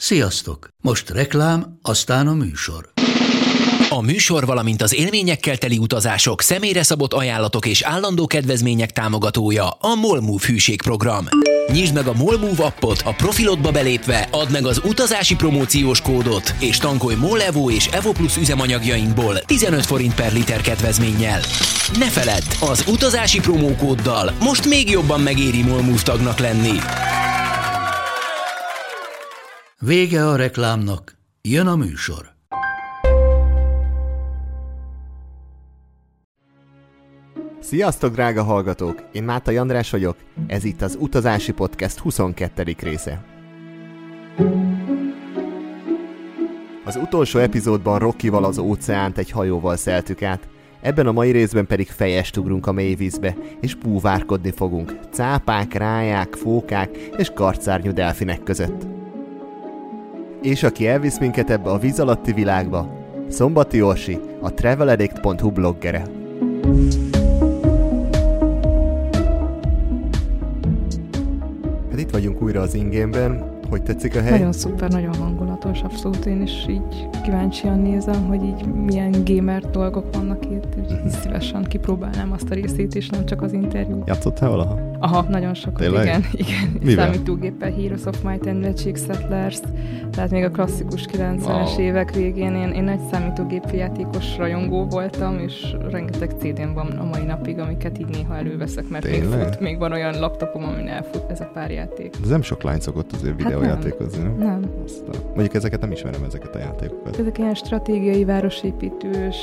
Sziasztok! Most reklám, aztán a műsor. A műsor, valamint az élményekkel teli utazások, személyre szabott ajánlatok és állandó kedvezmények támogatója a MOL Move hűségprogram. Nyisd meg a MOL Move appot, a profilodba belépve add meg az utazási promóciós kódot, és tankolj MOL Evo és Evo Plus üzemanyagjainkból 15 forint per liter kedvezménnyel. Ne feledd, az utazási promókóddal most még jobban megéri MOL Move tagnak lenni. Vége a reklámnak, jön a műsor. Sziasztok, drága hallgatók! Én Mátai András vagyok, ez itt az Utazási Podcast 22. része. Az utolsó epizódban Rockyval az óceánt egy hajóval szeltük át, ebben a mai részben pedig fejest ugrunk a mélyvízbe, és búvárkodni fogunk cápák, ráják, fókák és karcárnyú delfinek között. És aki elvisz minket ebbe a víz alatti világba, Szombati Orsi, a traveladdict.hu bloggere. Hát itt vagyunk újra az Ingénben. Hogy tetszik a hely? Nagyon szuper, nagyon hangulatos, abszolút. Én is így kíváncsian nézem, hogy így milyen gamer dolgok vannak itt, és szívesen kipróbálnám azt a részét, és nem csak az interjú. Játszottál valaha? Aha, nagyon sokat, tényleg? igen. Mivel? Számítógéppel Heroes of Might and Magic Settlers, tehát még a klasszikus 90-es évek végén én nagy számítógép játékos rajongó voltam, és rengeteg CD-n van a mai napig, amiket így néha előveszek, mert még van olyan laptopom, amin elfut ez a pár játék. Ez nem sok lány szokott azért videójátékozni, nem? Nem. Mondjuk ezeket nem ismerem, ezeket a játékokat. Ezek ilyen stratégiai városépítős,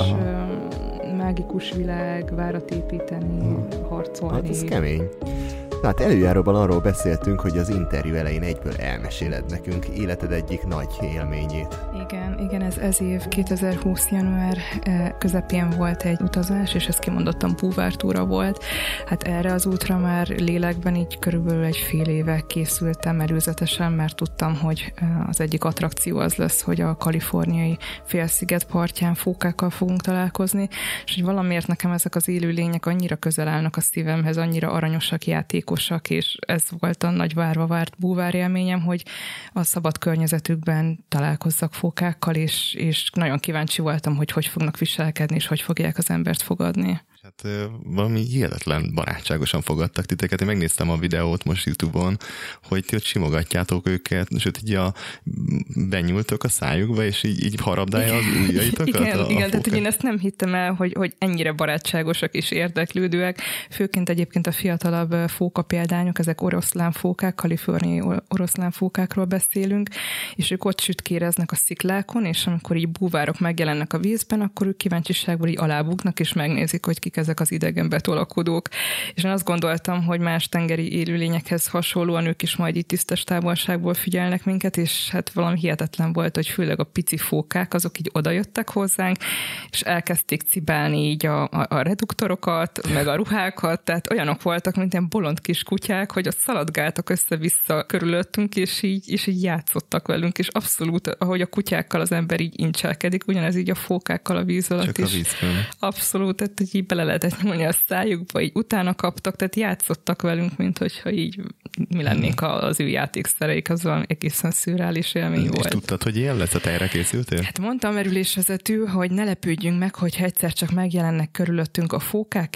mágikus világ, várat építeni, harcolni. Hát ez kemény. Tehát előjáróban arról beszéltünk, hogy az interjú elején egyből elmeséled nekünk életed egyik nagy élményét. Igen, ez év 2020. január közepén volt egy utazás, és ez kimondottan búvártúra volt. Hát erre az útra már lélekben így körülbelül egy fél éve készültem előzetesen, mert tudtam, hogy az egyik attrakció az lesz, hogy a kaliforniai félsziget partján fókákkal fogunk találkozni, és hogy valamiért nekem ezek az élőlények annyira közel állnak a szívemhez, annyira aranyosak, játékosak, és ez volt a nagy várva várt búvárélményem, hogy a szabad környezetükben találkozzak fókákkal, és nagyon kíváncsi voltam, hogy fognak viselkedni, és hogy fogják az embert fogadni. Hát valami hihetetlen barátságosan fogadtak titeket. Én megnéztem a videót most YouTube-on, hogy ti ott simogatjátok őket, sőt így benyúltok a szájukba, és így harabdálja az ujjaitokat? Igen, tehát hogy én ezt nem hittem el, hogy ennyire barátságosak és érdeklődőek. Főként egyébként a fiatalabb fóka példányok, ezek oroszlánfókák, kaliforniai oroszlánfókákról beszélünk, és ők ott sütkéreznek a sziklákon, és amikor így búvárok megjelennek a vízben, akkor ők kíváncsiságból így alábuknak, és megnézik, hogy kik ezek az idegen betolakodók. És én azt gondoltam, hogy más tengeri élőlényekhez hasonlóan ők is majd így tisztes távolságból figyelnek minket, és hát valami hihetetlen volt, hogy főleg a pici fókák, azok így odajöttek hozzánk, és elkezdték cibálni így a reduktorokat, meg a ruhákat, tehát olyanok voltak, mint ilyen bolond kis kutyák, hogy ott szaladgáltak össze-vissza körülöttünk, és így játszottak velünk, és abszolút, ahogy a kutyákkal az ember így incselkedik, ugyanez így a fókákkal a víz alatt is. Csak abszolút, tehát így bele lehetett nyúlni a szájukba, így utána kaptak, tehát játszottak velünk, mint hogyha így mi lennénk az ő játékszereik, az valami egészen szürreális élmény volt. És tudtad, hogy ilyen lesz, a erre készültél? Hát mondta a merülésvezető, hogy ne lepődjünk meg, hogyha egyszer csak megjelennek körülöttünk a fókák,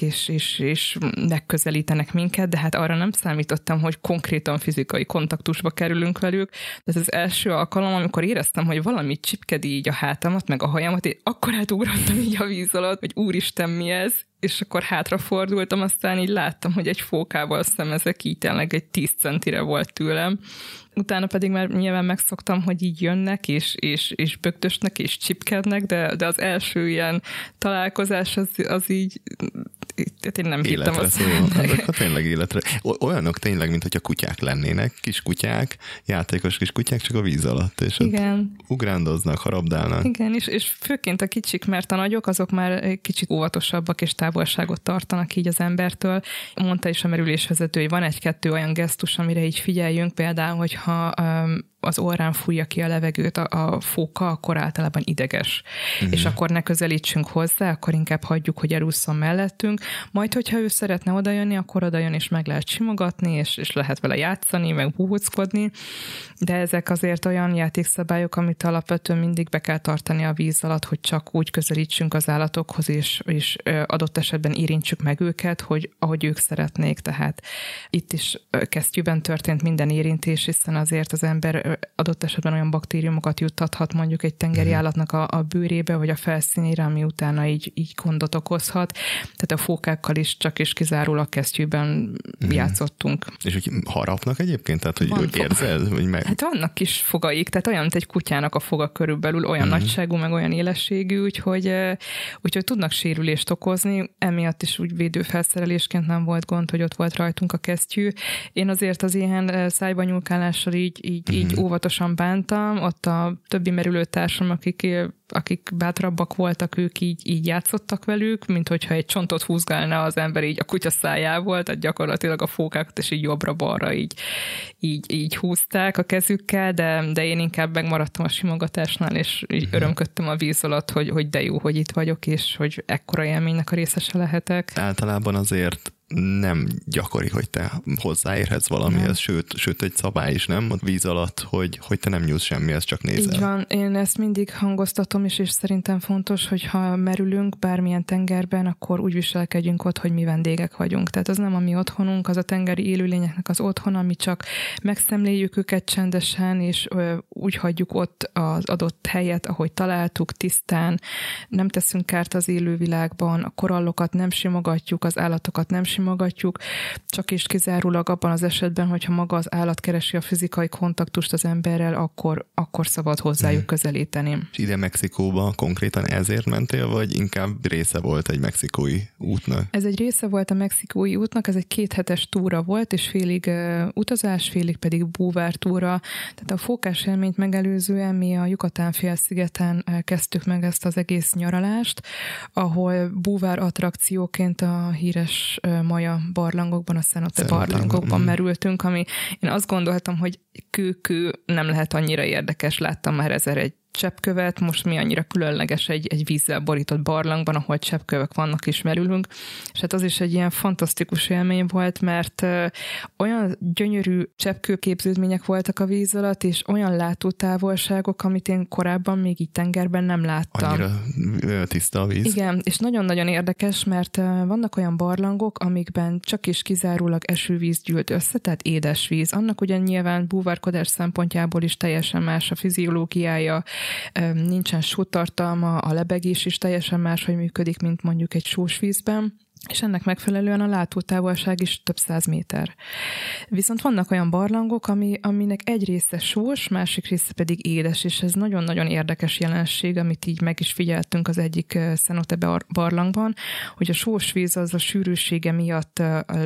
és megközelítenek minket, de hát arra nem számítottam, hogy konkrétan fizikai kontaktusba kerülünk velük. De ez az első alkalom, amikor éreztem, hogy valami csipkedi így a hátamat, meg a hajamat, én akkor átugrottam így a víz alatt, hogy úristen, mi ez? És akkor hátrafordultam, aztán így láttam, hogy egy fókával szemezek, így tényleg egy 10 centire volt tőlem. Utána pedig már nyilván megszoktam, hogy így jönnek, és bögdösnek, és csipkednek, de az első ilyen találkozás az így, én nem hittem azt. Azok tényleg életre. Olyanok tényleg, mint hogyha kutyák lennének, kis kutyák, játékos kis kutyák, csak a víz alatt, és ugrándoznak, harabdálnak. Igen, és főként a kicsik, mert a nagyok, azok már kicsit óvatosabbak, és távolságot tartanak így az embertől. Mondta is a merülésvezető, hogy van egy-kettő olyan gesztus, amire így figyeljünk, például, hogyha az orrán fújja ki a levegőt a fóka, akkor általában ideges. És akkor ne közelítsünk hozzá, akkor inkább hagyjuk, hogy elússzon mellettünk. Majd, hogyha ő szeretne odajönni, akkor odajön, és meg lehet simogatni, és lehet vele játszani, meg búvóckodni, de ezek azért olyan játékszabályok, amit alapvetően mindig be kell tartani a víz alatt, hogy csak úgy közelítsünk az állatokhoz, és adott esetben érintsük meg őket, hogy ahogy ők szeretnék. Tehát itt is kesztyűben történt minden érintés, hiszen azért az ember adott esetben olyan baktériumokat juttathat mondjuk egy tengeri állatnak a bőrébe, vagy a felszínére, ami utána így gondot okozhat. Tehát a fókákkal is csak és kizárólag kesztyűben játszottunk. És hogy harapnak egyébként? Tehát, hogy érzed? Hogy meg... Hát vannak kis fogaik, tehát olyan, mint egy kutyának a foga körülbelül, olyan nagyságú, meg olyan élességű, úgyhogy tudnak sérülést okozni. Emiatt is úgy védőfelszerelésként nem volt gond, hogy ott volt rajtunk a kesztyű. Én azért az ilyen szájba nyúlkálással így óvatosan bántam. Ott a többi merülőtársam, akik bátrabbak voltak, ők így játszottak velük, mint hogyha egy csontot húzgálna az ember így a kutya szájából, tehát gyakorlatilag a fókákat is így jobbra-balra így húzták a kezükkel, de én inkább megmaradtam a simogatásnál, és így örömködtem a víz alatt, hogy de jó, hogy itt vagyok, és hogy ekkora élménynek a részese lehetek. Általában azért nem gyakori, hogy te hozzáérhetsz valamihez, sőt egy szabály is, nem? Ott víz alatt, hogy te nem nyúlsz semmihez, csak nézel. Így van, én ezt mindig hangoztatom is, és szerintem fontos, hogy ha merülünk bármilyen tengerben, akkor úgy viselkedjünk ott, hogy mi vendégek vagyunk. Tehát az nem a mi otthonunk, az a tengeri élőlényeknek az otthona, mi csak megszemléljük őket csendesen, és úgy hagyjuk ott az adott helyet, ahogy találtuk, tisztán, nem teszünk kárt az élővilágban, a korallokat nem simogatjuk, az állatokat nem simogatjuk, csak és kizárólag abban az esetben, hogyha maga az állat keresi a fizikai kontaktust az emberrel, akkor szabad hozzájuk közelíteni. És ide Mexikóba konkrétan ezért mentél, vagy inkább része volt egy mexikói útnak? Ez egy része volt a mexikói útnak, ez egy 2 hetes túra volt, és félig utazás, félig pedig búvártúra. Tehát a fókás élményt megelőzően mi a Yucatán-félszigeten kezdtük meg ezt az egész nyaralást, ahol búvár attrakcióként a híres Maja barlangokban, a Cenote barlangokban merültünk, ami én azt gondoltam, hogy kő nem lehet annyira érdekes, láttam már egy cseppkövet, most mi annyira különleges egy vízzel borított barlangban, ahol cseppkövek vannak és merülünk, és hát az is egy ilyen fantasztikus élmény volt, mert olyan gyönyörű cseppkőképződmények voltak a víz alatt, és olyan látótávolságok, amit én korábban még így tengerben nem láttam. Annyira tiszta a víz. Igen, és nagyon-nagyon érdekes, mert vannak olyan barlangok, amikben csak és kizárólag esővíz gyűlt össze, tehát édesvíz. Annak ugyan nyilván búvárkodás szempontjából is teljesen más a fiziológiája, nincsen sótartalma, a lebegés is teljesen máshogy működik, mint mondjuk egy sós vízben, és ennek megfelelően a látótávolság is több 100 méter. Viszont vannak olyan barlangok, aminek egy része sós, másik része pedig édes, és ez nagyon-nagyon érdekes jelenség, amit így meg is figyeltünk az egyik Cenote barlangban, hogy a sós víz az a sűrűsége miatt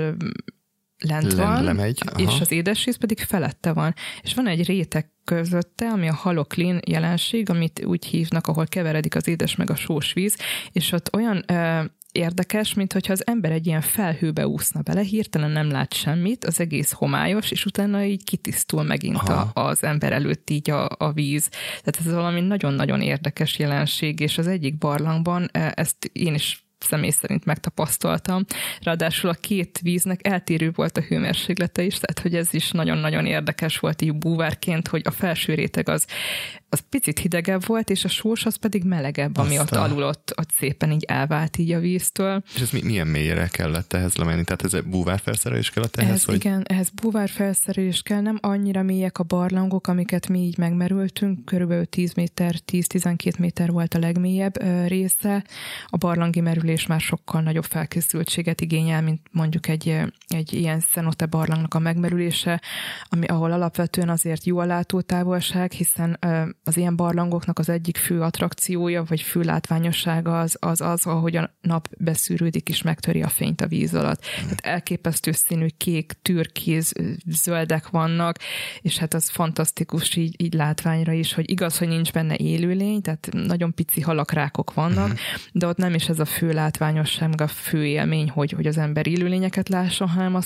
lent van, lemegy, és az édesvíz pedig felette van. És van egy réteg közötte, ami a haloklin jelenség, amit úgy hívnak, ahol keveredik az édes meg a sós víz, és ott olyan érdekes, mint hogyha az ember egy ilyen felhőbe úszna bele, hirtelen nem lát semmit, az egész homályos, és utána így kitisztul megint az ember előtt így a víz. Tehát ez valami nagyon-nagyon érdekes jelenség, és az egyik barlangban ezt én is személy szerint megtapasztaltam. Ráadásul a 2 víznek eltérő volt a hőmérséklete is, tehát hogy ez is nagyon-nagyon érdekes volt így búvárként, hogy a felső réteg az picit hidegebb volt, és a sós az pedig melegebb, ami ott alul ott szépen így elvált így a víztől. És ez milyen mélyre kellett ehhez lemenni? Tehát ez búvárfelszerelés kellett ehhez? Igen, ehhez búvárfelszerelés kell, nem annyira mélyek a barlangok, amiket mi így megmerültünk, körülbelül 10-12 méter volt a legmélyebb része. A barlangi merülés már sokkal nagyobb felkészültséget igényel, mint mondjuk egy ilyen Cenote barlangnak a megmerülése, ahol alapvetően azért jó a látótávolság, hiszen az ilyen barlangoknak az egyik fő attrakciója, vagy fő látványossága az, ahogy a nap beszűrődik és megtöri a fényt a víz alatt. Tehát elképesztő színű kék, türkéz, zöldek vannak, és hát az fantasztikus így látványra is, hogy igaz, hogy nincs benne élőlény, tehát nagyon pici halakrákok vannak, de ott nem is ez a fő látványosság, meg a fő élmény, hogy az ember élőlényeket lásson, hanem azt a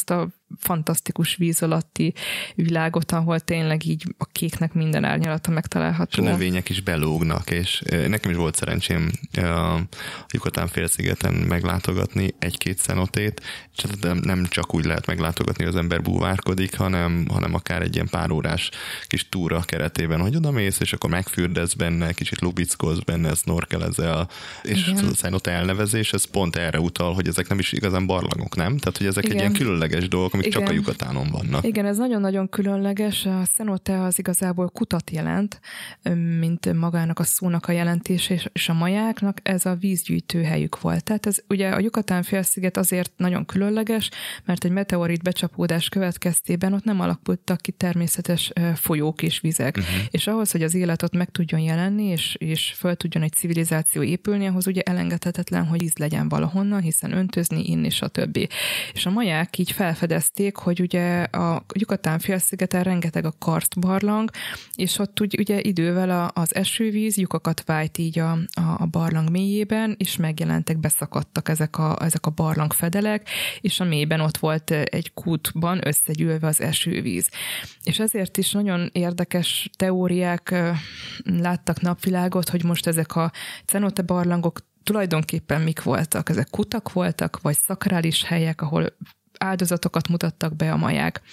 fantasztikus víz alatti világot, ahol tényleg így a kéknek minden árnyalata megtalálható. És a növények is belógnak, és nekem is volt szerencsém a Yucatán-félszigeten meglátogatni egy-két cenotét, és nem csak úgy lehet meglátogatni, hogy az ember búvárkodik, hanem akár egy ilyen pár órás kis túra keretében, hogy oda mész, és akkor megfürdesz benne, kicsit lubickolsz benne, snorkelezel, és a cenote elnevezés, ez pont erre utal, hogy ezek nem is igazán barlangok, nem? Tehát, hogy ezek egy ilyen különleges dolgok, amik csak a Yucatánon vannak. Igen, ez nagyon-nagyon különleges. A cenote az igazából kutat jelent, mint magának a szónak a jelentése, és a majáknak ez a vízgyűjtő helyük volt. Tehát ez ugye a Yucatán-félsziget azért nagyon különleges, mert egy meteorit becsapódás következtében ott nem alakultak ki természetes folyók és vizek. És ahhoz, hogy az élet ott meg tudjon jelenni, és föl tudjon egy civilizáció épülni, ahhoz ugye elengedhetetlen, hogy víz legyen valahonnan, hiszen öntözni, inni, stb. És a maják így felfedezték, hogy ugye a Yucatán-félszigeten rengeteg a karstbarlang, és ott ugye idővel az esővíz lyukakat vájt így a barlang mélyében, és megjelentek, beszakadtak ezek a barlangfedelek, és a mélyben ott volt egy kútban összegyűlve az esővíz. És ezért is nagyon érdekes teóriák láttak napvilágot, hogy most ezek a cenote barlangok tulajdonképpen mik voltak? Ezek kutak voltak, vagy szakrális helyek, ahol áldozatokat mutattak be a maják.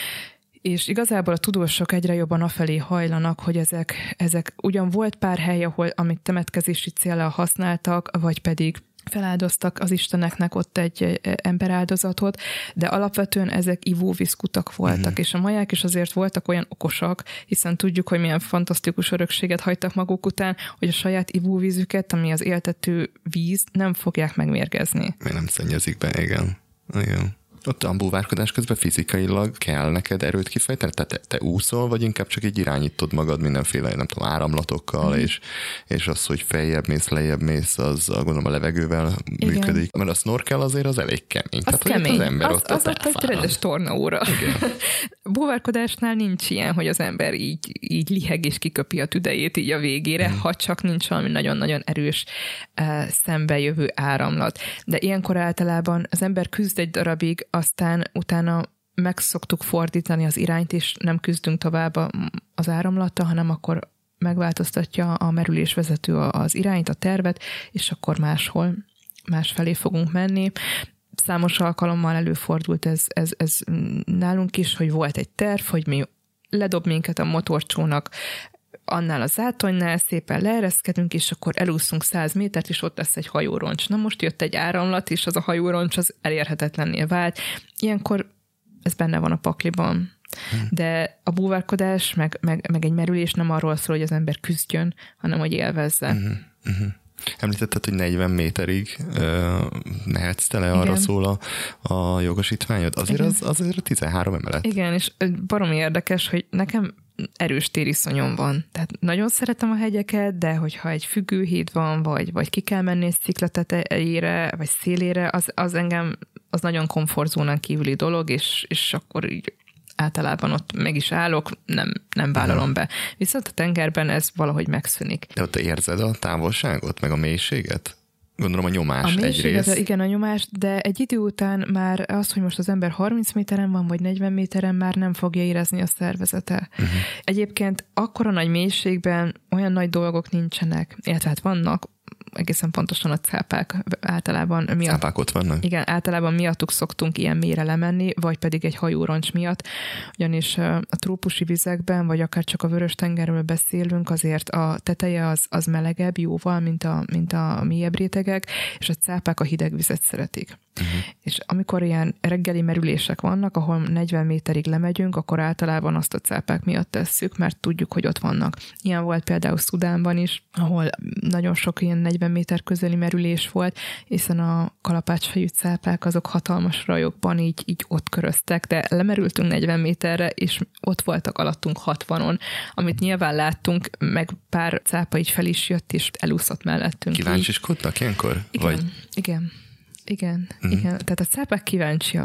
És igazából a tudósok egyre jobban afelé hajlanak, hogy ezek ugyan volt pár hely, amit temetkezési céllal használtak, vagy pedig feláldoztak az isteneknek ott egy emberáldozatot, de alapvetően ezek ivóvízkutak voltak, és a maják is azért voltak olyan okosak, hiszen tudjuk, hogy milyen fantasztikus örökséget hagytak maguk után, hogy a saját ivóvízüket, ami az éltető víz, nem fogják megmérgezni. Miért nem szennyezik be, igen. Ott a búvárkodás közben fizikailag kell neked erőt kifejteni? Tehát te úszol, vagy inkább csak így irányítod magad mindenféle, nem tudom, áramlatokkal, és az, hogy feljebb mész, lejjebb mész, az gondolom a levegővel működik. Mert a snorkel azért az elég kemény. Az tehát, kemény. Az ember az egy rendes tornaóra. Búvárkodásnál nincs ilyen, hogy az ember így liheg és kiköpi a tüdejét így a végére, ha csak nincs valami nagyon-nagyon erős szembejövő áramlat. De ilyenkor általában az ember küzd egy darabig, aztán utána meg szoktuk fordítani az irányt, és nem küzdünk tovább az áramlattal, hanem akkor megváltoztatja a merülésvezető az irányt, a tervet, és akkor másfelé fogunk menni. Számos alkalommal előfordult ez nálunk is, hogy volt egy terv, hogy mi ledob minket a motorcsónak annál a zátonynál, szépen leereszkedünk, és akkor elúszunk 100 métert, és ott lesz egy hajóroncs. Na most jött egy áramlat, és az a hajóroncs az elérhetetlenné vált. Ilyenkor ez benne van a pakliban. De a búvárkodás, meg egy merülés nem arról szól, hogy az ember küzdjön, hanem hogy élvezze. Említetted, hogy 40 méterig mehetsz tele, arra szól a jogosítványod. Azért azért 13 emelet. Igen, és baromi érdekes, hogy nekem erős tériszonyom van. Tehát nagyon szeretem a hegyeket, de hogyha egy függőhíd van, vagy ki kell menni egy szikla tetejére, vagy szélére, az engem az nagyon komfortzónán kívüli dolog, és akkor így általában ott meg is állok, nem vállalom be. Viszont a tengerben ez valahogy megszűnik. De ott érzed a távolságot, meg a mélységet? Gondolom a nyomás egyrészt. Igen, a nyomás, de egy idő után már az, hogy most az ember 30 méteren van, vagy 40 méteren már nem fogja érezni a szervezete. Egyébként akkora nagy mélységben olyan nagy dolgok nincsenek, illetve hát vannak, egészen pontosan a cápák általában miatt. Cápák ott vannak? Igen, általában miattuk szoktunk ilyen mélyre lemenni, vagy pedig egy hajóroncs miatt, ugyanis a trópusi vizekben, vagy akár csak a Vörös-tengerről beszélünk, azért a teteje az melegebb jóval, mint a mélyebb rétegek, és a cápák a hideg vizet szeretik. És amikor ilyen reggeli merülések vannak, ahol 40 méterig lemegyünk, akkor általában azt a cápák miatt tesszük, mert tudjuk, hogy ott vannak. Ilyen volt például Szudánban is, ahol nagyon sok ilyen 40 méter közeli merülés volt, hiszen a kalapácsfejű cápák azok hatalmas rajokban így ott köröztek, de lemerültünk 40 méterre, és ott voltak alattunk 60-on, amit nyilván láttunk, meg pár cápa így fel is jött, és elúszott mellettünk. Kíváncsiskodtak ilyenkor? Igen. Tehát a cápák kíváncsiak.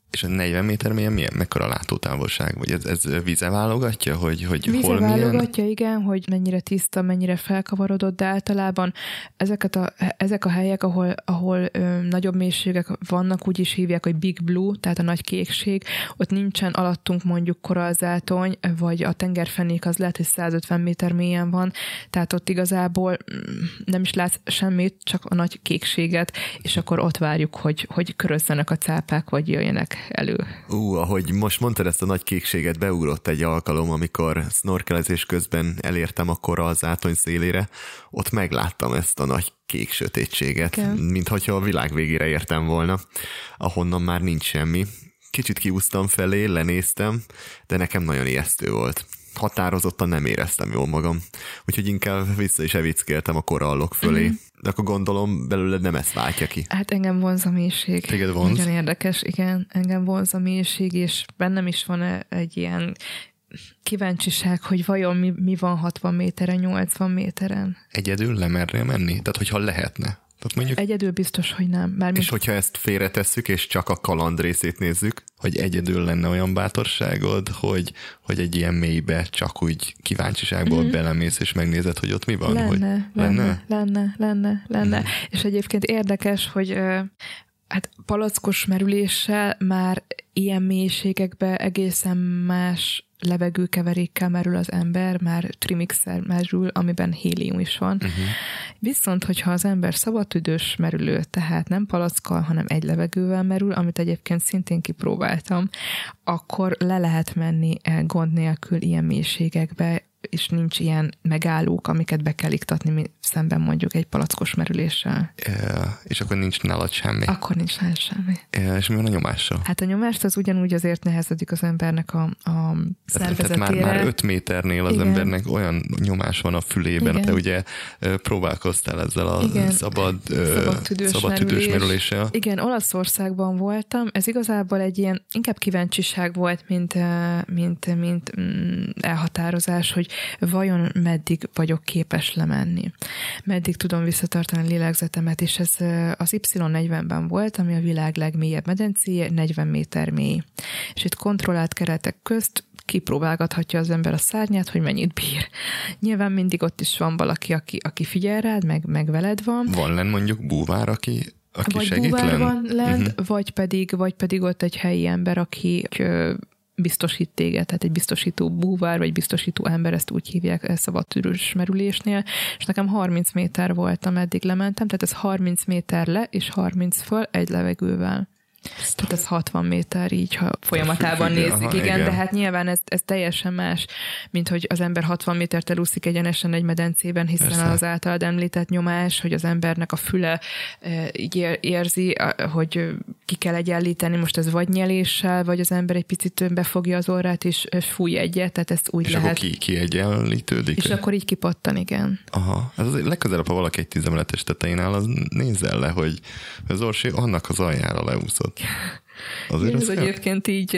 És a 40 méter mélyen mekkora látótávolság? Vagy ez víze válogatja, hogy víze hol válogatja, igen, hogy mennyire tiszta, mennyire felkavarodott, de általában ezek a helyek, ahol nagyobb mélységek vannak, úgy is hívják, hogy Big Blue, tehát a nagy kékség, ott nincsen alattunk mondjuk korallzátony, vagy a tengerfenék az lehet, hogy 150 méter mélyen van, tehát ott igazából nem is látsz semmit, csak a nagy kékséget, és akkor ott várjuk, hogy körözzenek a cápák, vagy jöjjenek elő. Ahogy most mondtad ezt a nagy kékséget, beugrott egy alkalom, amikor snorkelezés közben elértem a korallzátony szélére, ott megláttam ezt a nagy kék sötétséget, mintha a világ végére értem volna, ahonnan már nincs semmi. Kicsit kiúztam felé, lenéztem, de nekem nagyon ijesztő volt. Határozottan nem éreztem jól magam, úgyhogy inkább vissza is evickéltem a korallok fölé. De akkor gondolom belőled nem ezt váltja ki. Hát engem vonz a mélység. Téged vonz? Nagyon érdekes, igen. Engem vonz a mélység, és bennem is van egy ilyen kíváncsiság, hogy vajon mi van 60 méteren, 80 méteren. Egyedül lemernél menni? Tehát, hogyha lehetne. Tehát mondjuk... Egyedül biztos, hogy nem. És hogyha ezt félretesszük, és csak a kaland részét nézzük? Hogy egyedül lenne olyan bátorságod, hogy egy ilyen mélybe csak úgy kíváncsiságból belemész, és megnézed, hogy ott mi van? Lenne. És egyébként érdekes, hogy hát palackos merüléssel már ilyen mélységekbe egészen más levegőkeverékkel merül az ember, már trimixel merül, amiben hélium is van. Viszont, hogyha az ember szabadtüdős merülő, tehát nem palackkal, hanem egy levegővel merül, amit egyébként szintén kipróbáltam, akkor le lehet menni gond nélkül ilyen mélységekbe, és nincs ilyen megállók, amiket be kell iktatni szemben mondjuk egy palackos merüléssel. És akkor nincs nálad semmi? Akkor nincs nálad semmi. És mi van a nyomással? Hát a nyomást az ugyanúgy azért nehezedik az embernek a szervezetére. Tehát már 5 méternél az embernek olyan nyomás van a fülében, igen. Te ugye próbálkoztál ezzel a szabadtüdős merüléssel. Igen, Olaszországban voltam, ez igazából egy ilyen inkább kíváncsiság volt, mint elhatározás, hogy vajon meddig vagyok képes lemenni. Meddig tudom visszatartani a lélegzetemet, és ez az Y40-ben volt, ami a világ legmélyebb medencéje, 40 méter mély. És itt kontrollált keretek közt kipróbálgathatja az ember a szárnyát, hogy mennyit bír. Nyilván mindig ott is van valaki, aki figyel rád, meg veled van. Van lenn mondjuk búvár, aki vagy segít búvár lenn? van lent, vagy pedig ott egy helyi ember, aki biztosít téged, tehát egy biztosító búvár, vagy biztosító ember, ezt úgy hívják szabadtüdős merülésnél, és nekem 30 méter volt, ameddig lementem, tehát ez 30 méter le, és 30 föl egy levegővel. Tehát ez 60 méter így, ha folyamatában nézzük, igen, de hát nyilván ez teljesen más, mint hogy az ember 60 métert elúszik egyenesen egy medencében, hiszen persze. Az általad említett nyomás, hogy az embernek a füle így érzi, hogy ki kell egyenlíteni, most ez vagy nyeléssel, vagy az ember egy picit befogja az orrát, és fúj egyet, tehát ezt úgy és lehet. És akkor kiegyenlítődik? És akkor így kipattan, igen. Aha, ez azért legközelebb, ha valaki egy 10 emeletes tetején áll, az nézzel le, hogy az Orsi annak az aljára leúszott. Azért ez egyébként így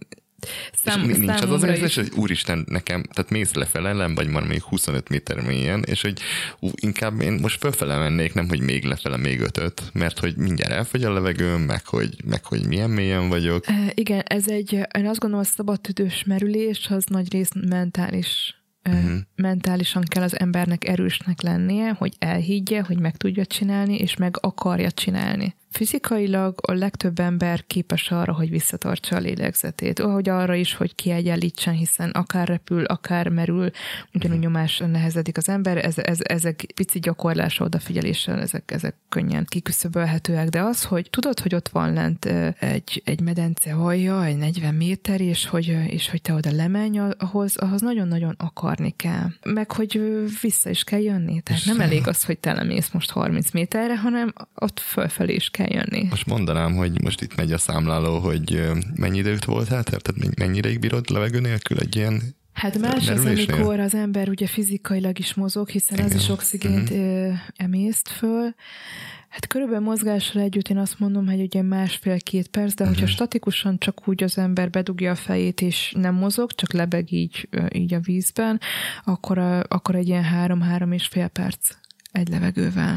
nincs az érzés, hogy úristen nekem, tehát mész lefele, nem vagy már még 25 méter mélyen, és hogy inkább én most fölfele mennék, nem hogy még lefele, még 5-öt, mert hogy mindjárt elfogy a levegőm, meg hogy milyen mélyen vagyok. Igen, én azt gondolom, a szabadtüdős merülés az nagy rész mentális. Mentálisan kell az embernek erősnek lennie, hogy elhiggye, hogy meg tudja csinálni, és meg akarja csinálni. Fizikailag a legtöbb ember képes arra, hogy visszatartsa a lélegzetét, ahogy arra is, hogy kiegyenlítsen, hiszen akár repül, akár merül, ugyanúgy nyomás nehezedik az ember, ezek pici gyakorlása, odafigyeléssel, ezek könnyen kiküszöbölhetőek, de az, hogy tudod, hogy ott van lent egy medence alja, egy 40 méter, és hogy te oda lemenj, ahhoz nagyon-nagyon akarni kell. Meg, hogy vissza is kell jönni. Tehát nem elég az, hogy te lemész most 30 méterre, hanem ott fölfelé is kell jönni. Most mondanám, hogy most itt megy a számláló, hogy mennyi időt voltál, tehát mennyi ideig bírod levegő nélkül egy ilyen Hát más az, amikor az ember ugye fizikailag is mozog, hiszen ez is oxigént emészt föl. Hát körülbelül mozgással együtt én azt mondom, hogy ugye 1,5-2 perc, de hogyha statikusan csak úgy az ember bedugja a fejét és nem mozog, csak lebeg így a vízben, akkor egy ilyen 3-3,5 perc egy levegővel.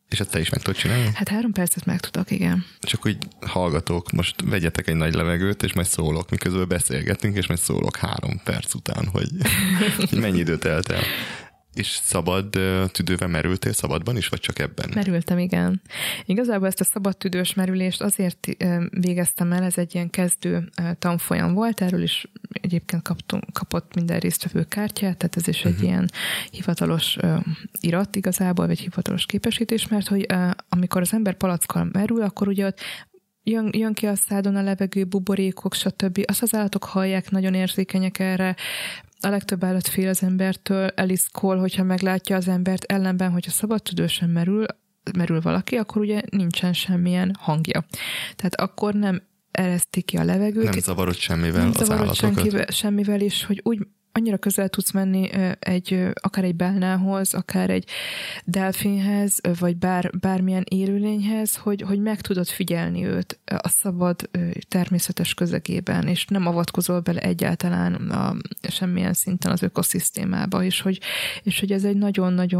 És ezt te is meg tudod csinálni? Hát 3 percet meg tudok, igen. Csak úgy hallgatók, most vegyetek egy nagy levegőt, és majd szólok, miközben beszélgetünk, és majd szólok 3 perc után, hogy mennyi időt telt el. És szabad tüdővel merültél szabadban is, vagy csak ebben? Merültem, igen. Igazából ezt a szabad tüdős merülést azért végeztem el, ez egy ilyen kezdő tanfolyam volt, erről is egyébként kapott minden résztvevő kártyát, tehát ez is egy ilyen hivatalos irat igazából, vagy hivatalos képesítés, mert hogy amikor az ember palackkal merül, akkor ugye ott jön ki a szádon a levegő, buborékok, stb. Azt az állatok hallják, nagyon érzékenyek erre. A legtöbb állat fél az embertől, eliszkol, hogyha meglátja az embert, ellenben, hogyha szabadtüdősen merül valaki, akkor ugye nincsen semmilyen hangja. Tehát akkor nem ereszti ki a levegőt. Nem zavarod semmivel az állatokat. Semmivel is, hogy úgy annyira közel tudsz menni akár egy bálnához, akár egy delfinhez, vagy bármilyen élőlényhez, hogy meg tudod figyelni őt a szabad, természetes közegében, és nem avatkozol bele egyáltalán semmilyen szinten az ökoszisztémába, és hogy ez egy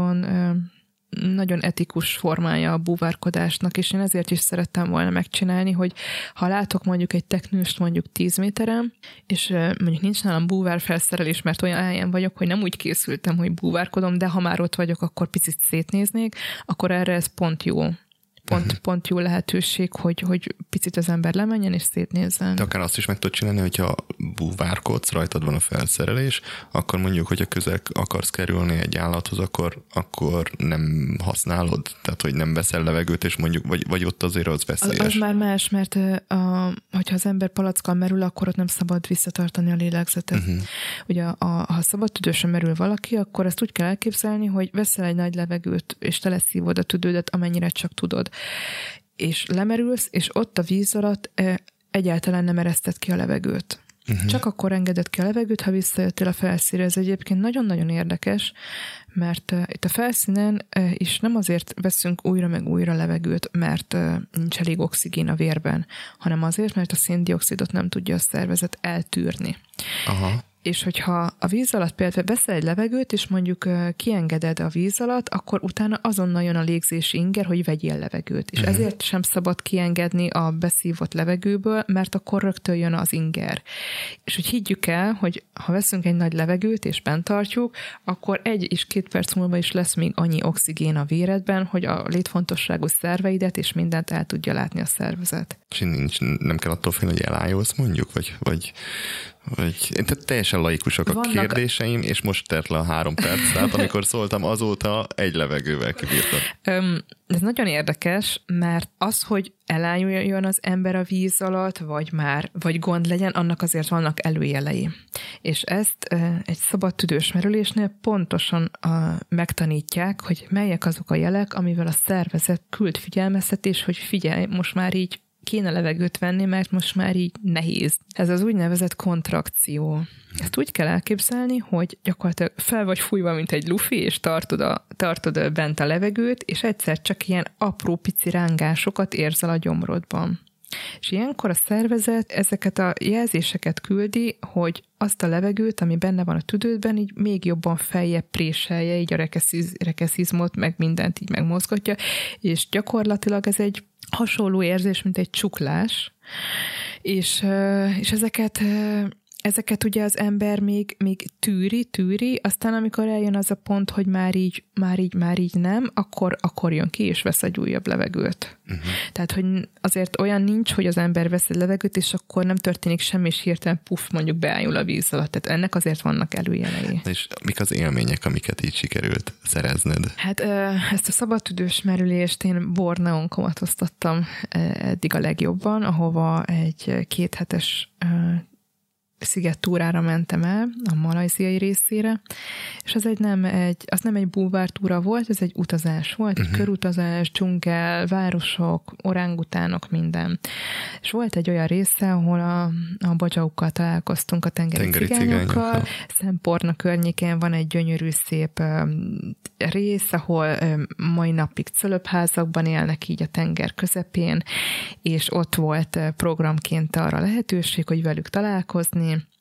nagyon etikus formája a búvárkodásnak, és én ezért is szerettem volna megcsinálni, hogy ha látok mondjuk egy teknőst mondjuk 10 méteren, és mondjuk nincs nálam búvárfelszerelés, mert olyan helyen vagyok, hogy nem úgy készültem, hogy búvárkodom, de ha már ott vagyok, akkor picit szétnéznék, akkor erre ez pont jó. Pont jó lehetőség, hogy picit az ember lemenjen és szétnézzen. De akár azt is meg tudod csinálni, hogyha búvárkodsz, rajtad van a felszerelés, akkor mondjuk, hogyha közel akarsz kerülni egy állathoz, akkor nem használod, tehát hogy nem veszel levegőt, és mondjuk, vagy ott azért az veszélyes. Az már más, mert hogyha az ember palackkal merül, akkor ott nem szabad visszatartani a lélegzetet. Ugye ha szabadtüdősen merül valaki, akkor ezt úgy kell elképzelni, hogy veszel egy nagy levegőt, és teleszívod a tüdődet, amennyire csak tudod. És lemerülsz, és ott a víz alatt egyáltalán nem ereszted ki a levegőt. Csak akkor engeded ki a levegőt, ha visszajöttél a felszínre. Ez egyébként nagyon-nagyon érdekes, mert itt a felszínen is nem azért veszünk újra meg újra levegőt, mert nincs elég oxigén a vérben, hanem azért, mert a széndioxidot nem tudja a szervezet eltűrni. Aha. És hogyha a víz alatt például veszel egy levegőt, és mondjuk kiengeded a víz alatt, akkor utána azonnal jön a légzési inger, hogy vegyél levegőt. És ezért sem szabad kiengedni a beszívott levegőből, mert akkor rögtön jön az inger. És hogy higgyük el, hogy ha veszünk egy nagy levegőt, és bent tartjuk, akkor 1 és 2 perc múlva is lesz még annyi oxigén a véredben, hogy a létfontosságú szerveidet és mindent el tudja látni a szervezet. És nem kell attól félni, hogy elájulsz mondjuk, vagy tehát teljesen laikusak a kérdéseim, és most telt le a 3 perc, tehát amikor szóltam, azóta egy levegővel kibírtam. Ez nagyon érdekes, mert az, hogy elájuljon az ember a víz alatt, vagy gond legyen, annak azért vannak előjelei. És ezt egy szabadtüdős merülésnél pontosan megtanítják, hogy melyek azok a jelek, amivel a szervezet küld figyelmeztetés, hogy figyelj, most már így kéne levegőt venni, mert most már így nehéz. Ez az úgynevezett kontrakció. Ezt úgy kell elképzelni, hogy gyakorlatilag fel vagy fújva, mint egy lufi, és tartod bent a levegőt, és egyszer csak ilyen apró pici rángásokat érzel a gyomrodban. És ilyenkor a szervezet ezeket a jelzéseket küldi, hogy azt a levegőt, ami benne van a tüdődben, így még jobban feljebb préselje, így a rekeszizmot, meg mindent így megmozgatja, és gyakorlatilag ez egy hasonló érzés, mint egy csuklás, és ezeket ugye az ember még tűri, aztán amikor eljön az a pont, hogy már így nem, akkor jön ki, és vesz egy újabb levegőt. Tehát, hogy azért olyan nincs, hogy az ember vesz egy levegőt, és akkor nem történik semmi, és hirtelen mondjuk beájul a víz alatt. Tehát ennek azért vannak előjelei. És mik az élmények, amiket így sikerült szerezned? Hát ezt a szabadtüdős merülést én Borneón kamatoztattam eddig a legjobban, ahova egy 2 hetes szigettúrára mentem el, a malajziai részére, és az nem egy búvártúra volt, ez egy utazás volt, egy körutazás, dzsungel, városok, orángutánok, minden. És volt egy olyan része, ahol a badzsaukkal találkoztunk, a tengeri cigányokkal. Szentporna környékén van egy gyönyörű, szép rész, ahol mai napig cölöpházakban élnek így a tenger közepén, és ott volt programként arra lehetőség, hogy velük találkozni,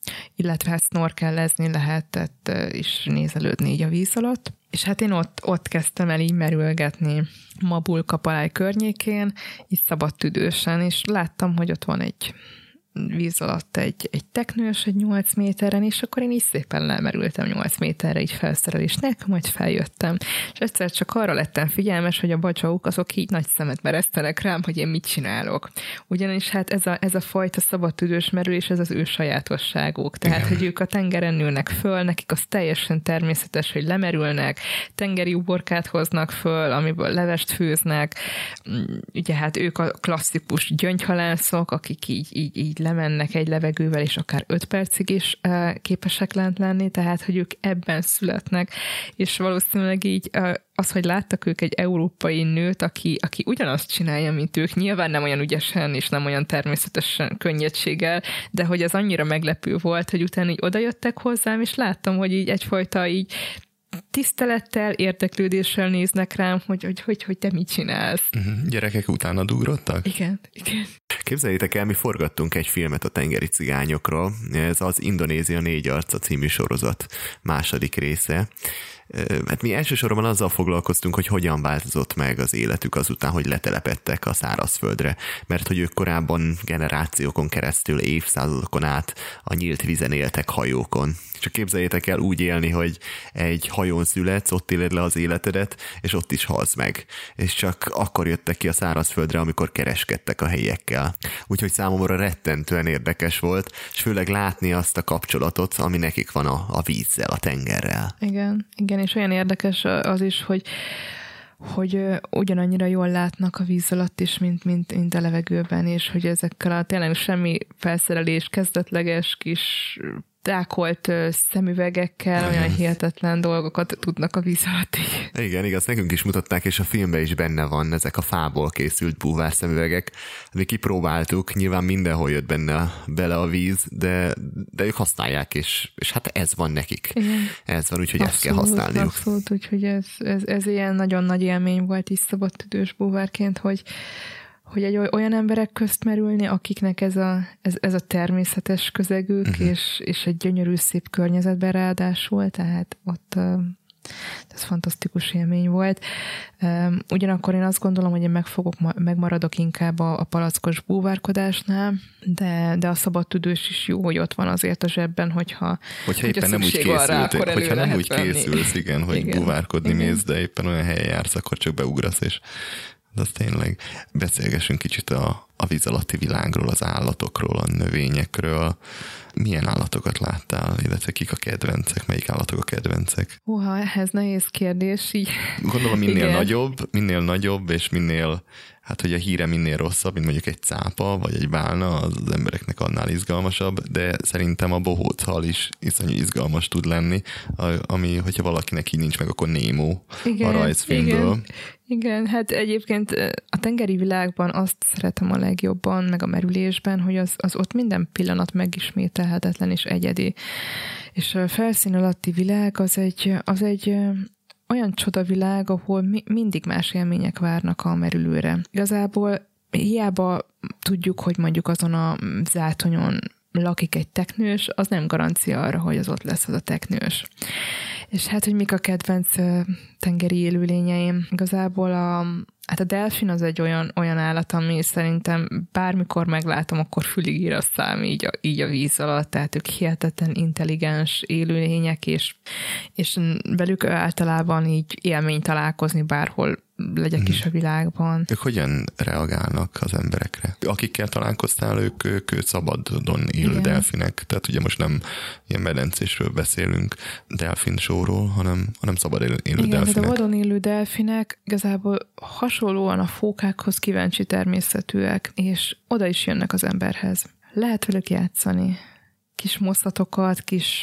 illetve hát snorkellezni lehetett, és nézelődni így a víz alatt. És hát én ott kezdtem el így merülgetni Mabul-Kapaláj környékén, így szabadtüdősen, és láttam, hogy ott van egy víz alatt egy teknős, egy 8 méteren, és akkor én így szépen lemerültem 8 méterre így felszerelés nélkül, majd feljöttem. És egyszer csak arra lettem figyelmes, hogy a bacsauk azok így nagy szemet meresztenek rám, hogy én mit csinálok. Ugyanis hát ez a fajta szabadtüdős merülés, ez az ő sajátosságuk. Tehát, hogy ők a tengeren nőnek föl, nekik az teljesen természetes, hogy lemerülnek, tengeri uborkát hoznak föl, amiből levest főznek. Ugye hát ők a klasszikus gyöngyhalászok, akik így lemennek egy levegővel, és akár 5 percig is képesek lent lenni, tehát, hogy ők ebben születnek, és valószínűleg így az, hogy láttak ők egy európai nőt, aki ugyanazt csinálja, mint ők, nyilván nem olyan ügyesen, és nem olyan természetesen könnyedséggel, de hogy az annyira meglepő volt, hogy utána így odajöttek hozzám, és láttam, hogy így egyfajta így tisztelettel, érdeklődéssel néznek rám, hogy te mit csinálsz. Gyerekek utána ugrottak? Igen. Képzeljétek el, mi forgattunk egy filmet a tengeri cigányokról. Ez az Indonézia 4 arca című sorozat második része. Hát mi elsősorban azzal foglalkoztunk, hogy hogyan változott meg az életük azután, hogy letelepedtek a szárazföldre, mert hogy ők korábban generációkon keresztül, évszázadokon át a nyílt vízen éltek hajókon. Csak képzeljétek el úgy élni, hogy egy hajón születsz, ott éled le az életedet, és ott is halsz meg. És csak akkor jöttek ki a szárazföldre, amikor kereskedtek a helyiekkel. Úgyhogy számomra rettentően érdekes volt, és főleg látni azt a kapcsolatot, ami nekik van a vízzel, a tengerrel. Igen, és olyan érdekes az is, hogy ugyanannyira jól látnak a víz alatt is, mint a levegőben, és hogy ezekkel a tényleg semmi felszerelés, kezdetleges kis tákolt szemüvegekkel olyan hihetetlen dolgokat tudnak a víz alatt így. Igen, igaz, nekünk is mutatták, és a filmben is benne van ezek a fából készült búvár szemüvegek. Mi kipróbáltuk, nyilván mindenhol jött bele a víz, de ők használják, és hát ez van nekik. Igen. Ez van, úgyhogy ezt kell használniuk. Abszolút, úgyhogy ez ilyen nagyon nagy élmény volt is szabadtüdős búvárként, hogy egy olyan emberek közt merülni, akiknek ez a természetes közegük, és egy gyönyörű szép környezetben ráadásul, tehát ott ez fantasztikus élmény volt. Ugyanakkor én azt gondolom, hogy én megmaradok inkább a palackos búvárkodásnál, de a szabadtüdős is jó, hogy ott van azért a zsebben, hogyha éppen nem úgy készültél, hogyha nem úgy készülsz, igen, hogy búvárkodni mész, de éppen olyan helyen jársz, akkor csak beugrasz, és de az tényleg. Beszélgessünk kicsit a víz alatti világról, az állatokról, a növényekről. Milyen állatokat láttál, illetve kik a kedvencek, melyik állatok a kedvencek? Ez nehéz kérdés. Így. Gondolom minél nagyobb, és minél, hát hogy a híre minél rosszabb, mint mondjuk egy cápa, vagy egy bálna, az embereknek annál izgalmasabb, de szerintem a bohóchal is iszonyú izgalmas tud lenni, ami, hogyha valakinek így nincs meg, akkor Nemo a rajzfilmből. Igen, hát egyébként a tengeri világban azt szeretem a legjobban, meg a merülésben, hogy az ott minden pillanat megismételhetetlen és egyedi. És a felszín alatti világ az egy olyan csodavilág, ahol mindig más élmények várnak a merülőre. Igazából hiába tudjuk, hogy mondjuk azon a zátonyon lakik egy teknős, az nem garancia arra, hogy az ott lesz az a teknős. És hát, hogy mik a kedvenc tengeri élőlényeim? Igazából a delfin az egy olyan állat, ami szerintem bármikor meglátom, akkor fülig ír a szám így a víz alatt, tehát ők hihetetlen intelligens élőlények, és velük általában így élmény találkozni bárhol legyek is a világban. Ők hogyan reagálnak az emberekre? Akikkel találkoztál, ők szabadon élő delfinek, tehát ugye most nem ilyen medencésről beszélünk, delfin showról, hanem szabad élő delfinek. Igen, a vadon élő delfinek igazából hasonlóan a fókákhoz kíváncsi természetűek, és oda is jönnek az emberhez. Lehet velük játszani. Kis moszatokat,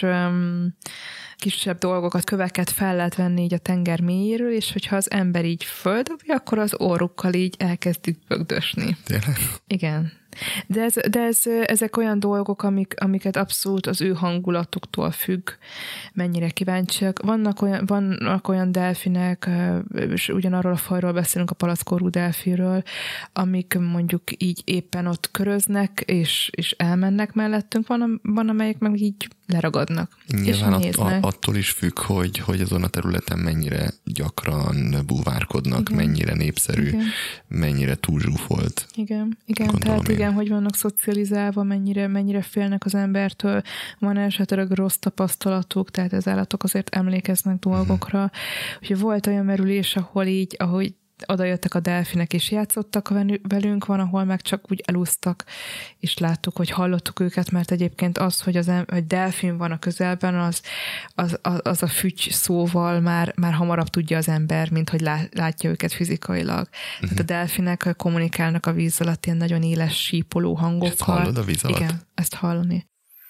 kisebb dolgokat, köveket fel lehet venni így a tenger mélyéről, és hogyha az ember így földobja, akkor az orrukkal így elkezdik bögdösni. Tényleg? Igen. De ezek olyan dolgok, amiket abszolút az ő hangulatuktól függ, mennyire kíváncsiak. Vannak olyan delfinek, és ugyanarról a fajról beszélünk, a palackorú delfinről, amik mondjuk így éppen ott köröznek, és elmennek mellettünk, van amelyek meg így leragadnak. Nyilván és néznek. Attól is függ, hogy azon a területen mennyire gyakran búvárkodnak, igen. mennyire népszerű, igen. mennyire túlzsúfolt. Igen, tehát igen, hogy vannak szocializálva, mennyire félnek az embertől, van esetleg rossz tapasztalatuk, tehát az állatok azért emlékeznek dolgokra. Úgyhogy volt olyan merülés, ahogy oda jöttek a delfinek, és játszottak velünk, van, ahol meg csak úgy elúsztak, és láttuk, hogy hallottuk őket, mert egyébként az, hogy delfin van a közelben, az a fügy szóval már hamarabb tudja az ember, mint hogy látja őket fizikailag. Tehát a delfinek kommunikálnak a víz alatt ilyen nagyon éles, sípoló hangokkal. Ezt hallod a víz alatt? Igen, ezt hallani.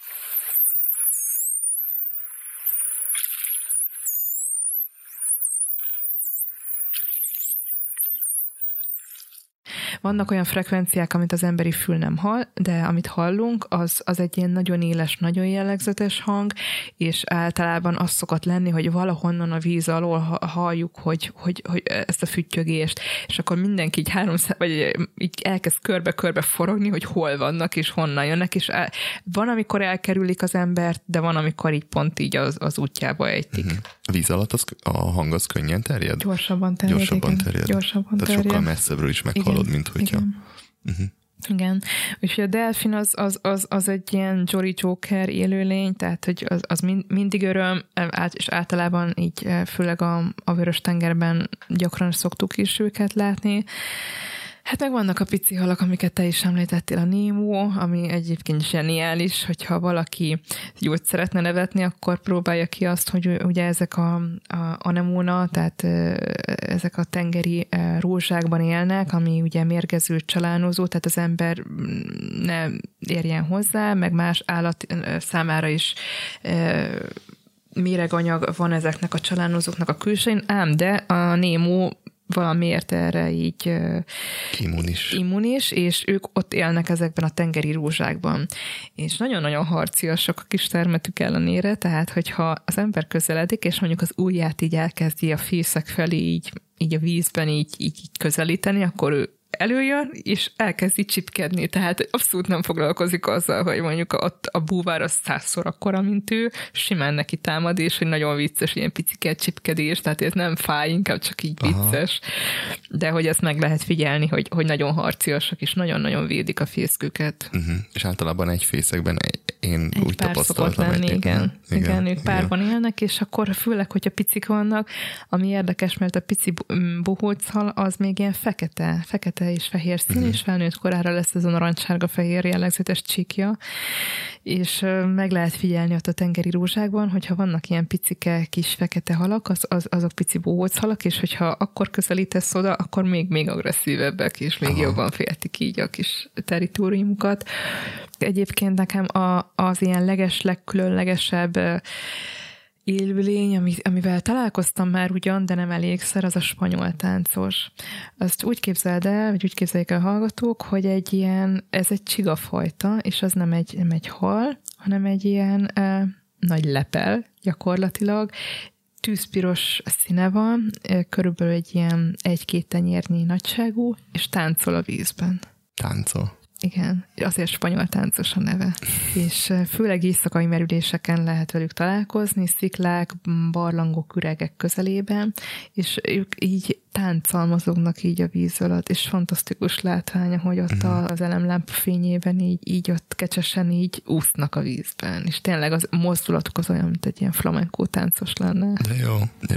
Vannak olyan frekvenciák, amit az emberi fül nem hall, de amit hallunk, az egy ilyen nagyon éles, nagyon jellegzetes hang, és általában az szokott lenni, hogy valahonnan a víz alól halljuk, hogy ezt a füttyögést, és akkor mindenki így elkezd körbe-körbe forogni, hogy hol vannak, és honnan jönnek, és van, amikor elkerülik az embert, de van, amikor így pont így az útjába ejtik. A víz alatt a hang az könnyen terjed? Gyorsabban terjed. Tehát sokkal messzebbről is meghallod, mint hogyha... Igen. Úgyhogy a delfin az egy ilyen Jolly Joker élőlény, tehát hogy az mindig öröm, és általában így főleg a Vörös-tengerben gyakran szoktuk is őket látni. Hát meg vannak a pici halak, amiket te is említettél, a Nemo, ami egyébként zseniális, hogyha valaki jót szeretne nevetni, akkor próbálja ki azt, hogy ugye ezek a anemona, tehát ezek a tengeri rózsákban élnek, ami ugye mérgező, csalánozó, tehát az ember ne érjen hozzá, meg más állat számára is méreganyag van ezeknek a csalánozóknak a külsején, ám de a Nemo valamiért erre így immunis, és ők ott élnek ezekben a tengeri rózsákban. És nagyon-nagyon harciasak a kis termetük ellenére, tehát hogyha az ember közeledik, és mondjuk az ujját így elkezdi a fészek felé így a vízben így közelíteni, akkor ő előjön, és elkezdi csipkedni, tehát abszolút nem foglalkozik azzal, hogy mondjuk ott a búvár az 100-szor akkora, mint ő, simán neki támad, és hogy nagyon vicces, ilyen picike csipkedés, tehát ez nem fáj, inkább csak így vicces. Aha. De hogy ezt meg lehet figyelni, hogy nagyon harciasak, és nagyon-nagyon védik a fészküket. És általában egy fészekben én úgy tapasztaltam. Igen, ők párban élnek, és akkor főleg, hogyha picik vannak, ami érdekes, mert a pici bohóchal az még ilyen fekete és fehér szín, és felnőtt korára lesz ez a narancsárga-fehér jellegzetes csíkja, és meg lehet figyelni ott a tengeri rózsákban, hogyha vannak ilyen picike kis fekete halak, azok pici bohóchalak, és hogyha akkor közelítesz oda, akkor még agresszívebbek, és még jobban féltik így a kis territóriumukat. Egyébként nekem az ilyen legkülönlegesebb élőlény, amivel találkoztam már ugyan, de nem elégszer, az a spanyol táncos. Azt úgy képzeld el, vagy úgy képzeljék el a hallgatók, hogy ez egy csigafajta, és az nem egy hal, hanem egy ilyen nagy lepel gyakorlatilag. Tűzpiros színe van, körülbelül egy ilyen 1-2 tenyérnyi nagyságú, és táncol a vízben. Táncol. Igen, azért spanyol táncos a neve. És főleg éjszakai merüléseken lehet velük találkozni, sziklák, barlangok, üregek közelében, és ők így tánccal mozognak így a víz alatt, és fantasztikus látvány, hogy ott az elemlámpa fényében így ott kecsesen így úsznak a vízben, és tényleg az mozdulatuk az olyan, mint egy ilyen flamenco táncos lenne. De jó, de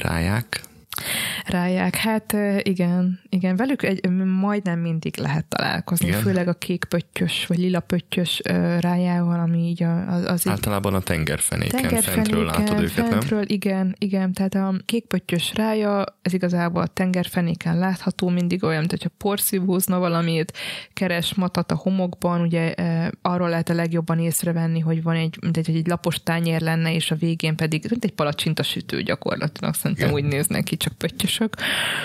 ráják, hát igen, velük majdnem mindig lehet találkozni, igen? Főleg a kékpöttyös vagy lila pöttyös rájával, ami így az általában a tengerfenéken fentről látod őket, fentről, nem? Igen, tehát a kékpöttyös rája, ez igazából a tengerfenéken látható, mindig olyan, mint hogyha porszívózna valamit, keres matat a homokban, ugye arról lehet a legjobban észrevenni, hogy van mint egy lapos tányér lenne, és a végén pedig mint egy palacsintasütő gyakorlatilag, szerintem úgy néznek ki, csak pöttyösök.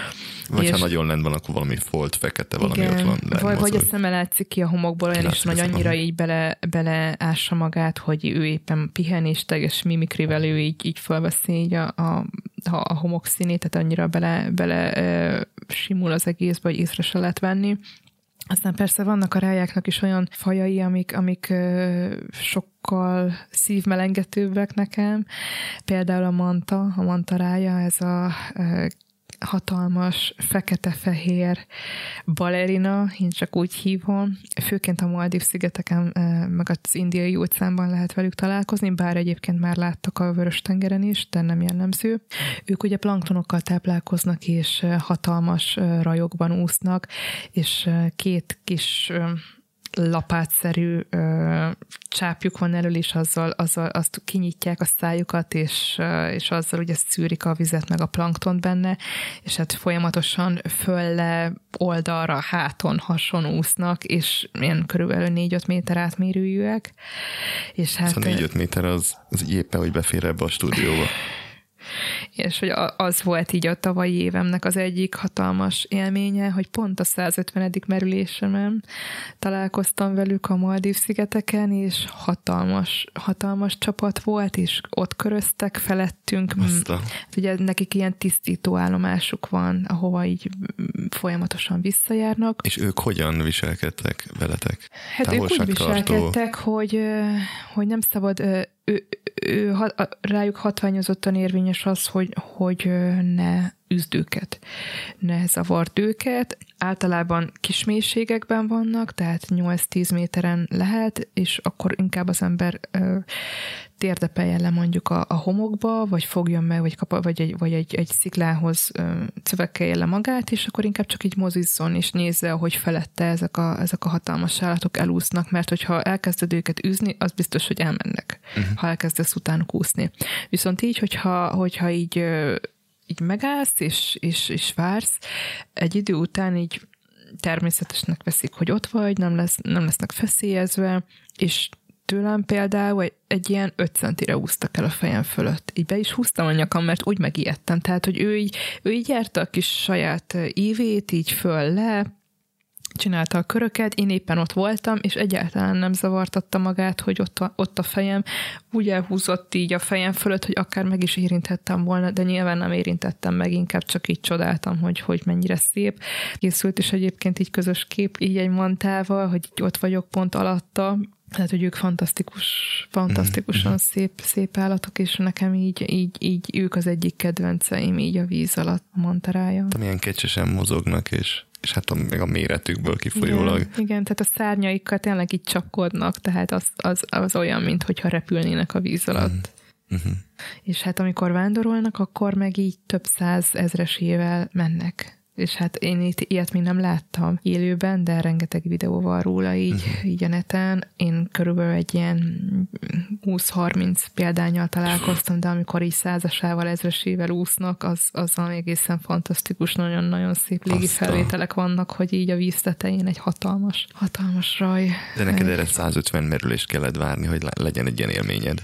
Vagy ha nagyon lent van, akkor valami folt, fekete, valami igen, ott van. vagy a szeme látszik ki a homokból, olyan is, hogy annyira így beleássa magát, hogy ő éppen pihen, és teljes mimikrivel ő így fölveszi így a homok színét, tehát annyira bele simul az egészbe, hogy észre se lehet venni. Aztán persze vannak a rájáknak is olyan fajai, amik sokkal szívmelengetőbbek nekem. Például a manta rája, ez a hatalmas, fekete-fehér balerina, én csak úgy hívom. Főként a Maldív-szigeteken, meg az Indiai óceánban lehet velük találkozni, bár egyébként már láttak a Vörös-tengeren is, de nem jellemző. Ők ugye planktonokkal táplálkoznak, és hatalmas rajokban úsznak, és két kis lapátszerű csápjuk van elől, és azzal azt kinyitják a szájukat, és azzal ugye szűrik a vizet, meg a planktont benne, és hát folyamatosan fölle, oldalra, háton, hason úsznak, és ilyen körülbelül 4-5 méter átmérőjűek. És hát, szóval 4-5 méter az éppen, hogy befér ebbe a stúdióba. És hogy az volt így a tavalyi évemnek az egyik hatalmas élménye, hogy pont a 150. merülésemen találkoztam velük a Maldív-szigeteken, és hatalmas csapat volt, és ott köröztek felettünk. Ugye nekik ilyen tisztító állomásuk van, ahova így folyamatosan visszajárnak. És ők hogyan viselkedtek veletek? Hát ők úgy viselkedtek, hogy nem szabad... rájuk hatványozottan érvényes az, hogy ne üzd őket, ne zavard őket. Általában kis mélységekben vannak, tehát 8-10 méteren lehet, és akkor inkább az ember térdepeljen le mondjuk a homokba, vagy fogjon meg, vagy egy sziklához cövekelje le magát, és akkor inkább csak így mozizzon, és nézze, hogy felette ezek a hatalmas állatok elúsznak, mert hogyha elkezded őket űzni, az biztos, hogy elmennek, ha elkezdesz utánuk úszni. Viszont így, hogyha így megállsz, és vársz, egy idő után így természetesnek veszik, hogy ott vagy, nem lesznek feszélyezve, és tőlem például egy ilyen 5 centire úsztak el a fejem fölött. Így be is húztam a nyakam, mert úgy megijedtem. Tehát, hogy ő így járta a kis saját ívét, így föl le, csinálta a köröket, én éppen ott voltam, és egyáltalán nem zavartatta magát, hogy ott a fejem úgy elhúzott így a fejem fölött, hogy akár meg is érinthettem volna, de nyilván nem érintettem meg, inkább csak így csodáltam, hogy mennyire szép. Készült is egyébként így közös kép, így egy mantával, hogy így ott vagyok pont alatta, tehát, hogy ők fantasztikusan szép állatok, és nekem így ők az egyik kedvenceim így a víz alatt, a mantarája. Milyen kecsesen mozognak, és hát meg a méretükből kifolyólag. Igen, tehát a szárnyaikkal tényleg így csapkodnak, tehát az olyan, mintha repülnének a víz alatt. És hát amikor vándorolnak, akkor meg így több 100 000-esével mennek. És hát én ilyet még nem láttam élőben, de rengeteg videó van róla így a neten. Én körülbelül egy ilyen 20-30 példánnyal találkoztam, de amikor így 100-asával, 1000-esével úsznak, az egészen fantasztikus, nagyon-nagyon szép légi felvételek vannak, hogy így a víz tetején egy hatalmas raj. De neked erre 150 merülést kellett várni, hogy legyen egy ilyen élményed.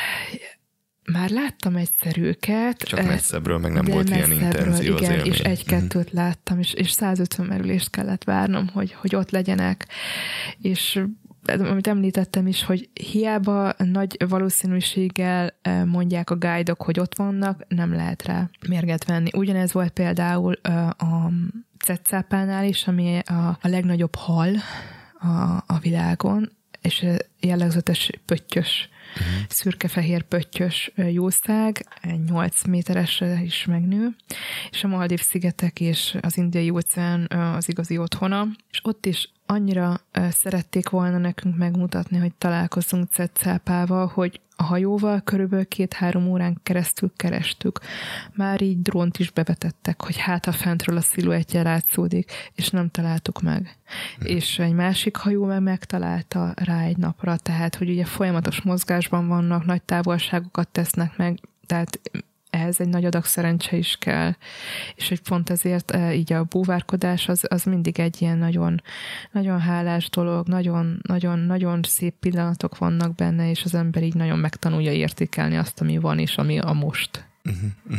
Már láttam egyszer őket. Csak messzebbről, meg nem volt ilyen intenzió az élmény. És egy-kettőt láttam, és 150 merülést kellett várnom, hogy ott legyenek. És amit említettem is, hogy hiába nagy valószínűséggel mondják a guide-ok, hogy ott vannak, nem lehet rá mérget venni. Ugyanez volt például a cetszápánál is, ami a legnagyobb hal a világon, és jellegzetes pöttyös, szürke-fehér pöttyös jószág, 8 méteresre is megnő, és a Maldív-szigetek és az Indiai óceán az igazi otthona, és ott is annyira szerették volna nekünk megmutatni, hogy találkozzunk cetszápával, hogy a hajóval körülbelül 2-3 órán keresztül kerestük. Már így drónt is bevetettek, hogy hát a fentről a sziluettje látszódik, és nem találtuk meg. És egy másik hajó meg megtalálta rá egy napra, tehát hogy ugye folyamatos mozgásban vannak, nagy távolságokat tesznek meg, tehát ehhez egy nagy adag szerencse is kell. És hogy pont ezért így a búvárkodás az mindig egy ilyen nagyon, nagyon hálás dolog, nagyon szép pillanatok vannak benne, és az ember így nagyon megtanulja értékelni azt, ami van, és ami a most.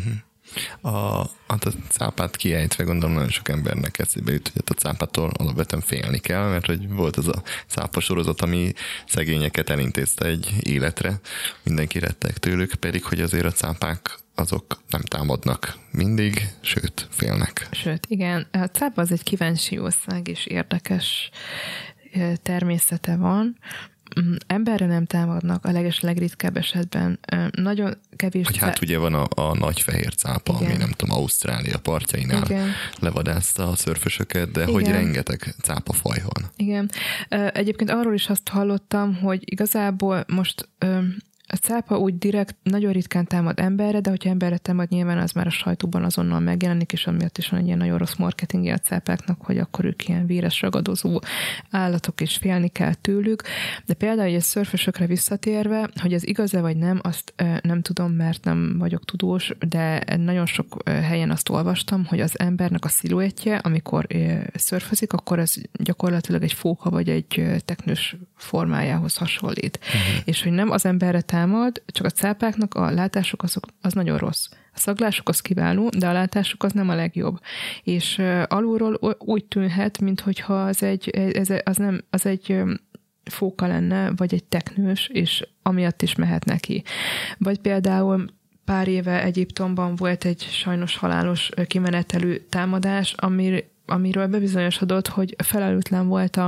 A cápát kiejtve gondolom nagyon sok embernek eszébe jut, hogy a cápától alapvetően félni kell, mert hogy volt az a cápa sorozat, ami szegényeket elintézte egy életre, mindenki retteg tőlük, pedig hogy azért a cápák azok nem támadnak mindig, sőt, félnek. Sőt, igen, a cápa az egy kíváncsi jószág, és érdekes természete van. Emberre nem támadnak a legritkább esetben. Nagyon kevés... Hogy hát ugye van a nagy fehér cápa, igen. ami nem tudom, Ausztrália partjainál igen. levadászta a szörfösöket, de igen. hogy rengeteg cápafaj van. Igen. Egyébként arról is azt hallottam, hogy igazából most... A cápa úgy direkt nagyon ritkán támad emberre, de hogyha emberre támad, nyilván az már a sajtóban azonnal megjelenik, és amiatt is van egy ilyen nagyon rossz marketingje a cápáknak, hogy akkor ők ilyen véres ragadozó állatok, és félni kell tőlük. De például egy szörfösökre visszatérve, hogy ez igaz-e vagy nem, azt nem tudom, mert nem vagyok tudós, de nagyon sok helyen azt olvastam, hogy az embernek a sziluettje, amikor szörfözik, akkor ez gyakorlatilag egy fóka vagy egy teknős formájához hasonlít. És hogy nem az emberre támad, csak a cápáknak a látásuk az nagyon rossz. A szaglásuk az kiváló, de a látásuk az nem a legjobb. És alulról úgy tűnhet, minthogyha az egy fóka lenne, vagy egy teknős, és amiatt is mehet neki. Vagy például pár éve Egyiptomban volt egy sajnos halálos kimenetelű támadás, amiről bebizonyosodott, hogy felelőtlen volt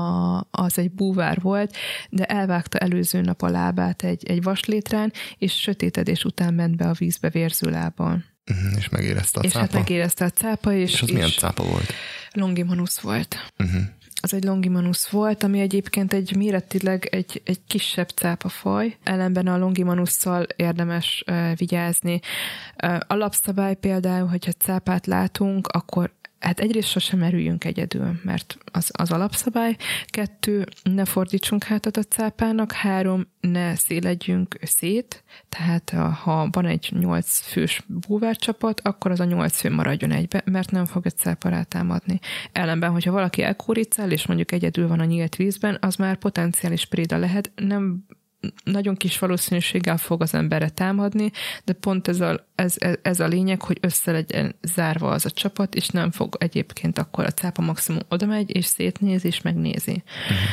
az egy búvár volt, de elvágta előző nap a lábát egy vaslétrán, és sötétedés után ment be a vízbe vérző lábbal. És megérezte a cápa? És hát megérezte a cápa. És az milyen cápa volt? Longimanus volt. Az egy Longimanus volt, ami egyébként egy méretileg egy kisebb cápafaj. Ellenben a Longimanusszal érdemes vigyázni. Alapszabály például, hogyha cápát látunk, akkor hát egyrészt sosem merüljünk egyedül, mert az alapszabály. 2, ne fordítsunk hátat a cápának. 3, ne széledjünk szét, tehát ha van egy 8 fős búvárcsapat, akkor az a 8 fő maradjon egybe, mert nem fog egy cápa rátámadni. Ellenben, hogyha valaki elkóricál, és mondjuk egyedül van a nyílt vízben, az már potenciális préda lehet, nem nagyon kis valószínűséggel fog az emberre támadni, de pont ez a lényeg, hogy össze legyen zárva az a csapat, és nem fog egyébként akkor a cápa maximum oda megy, és szétnéz, és megnézi.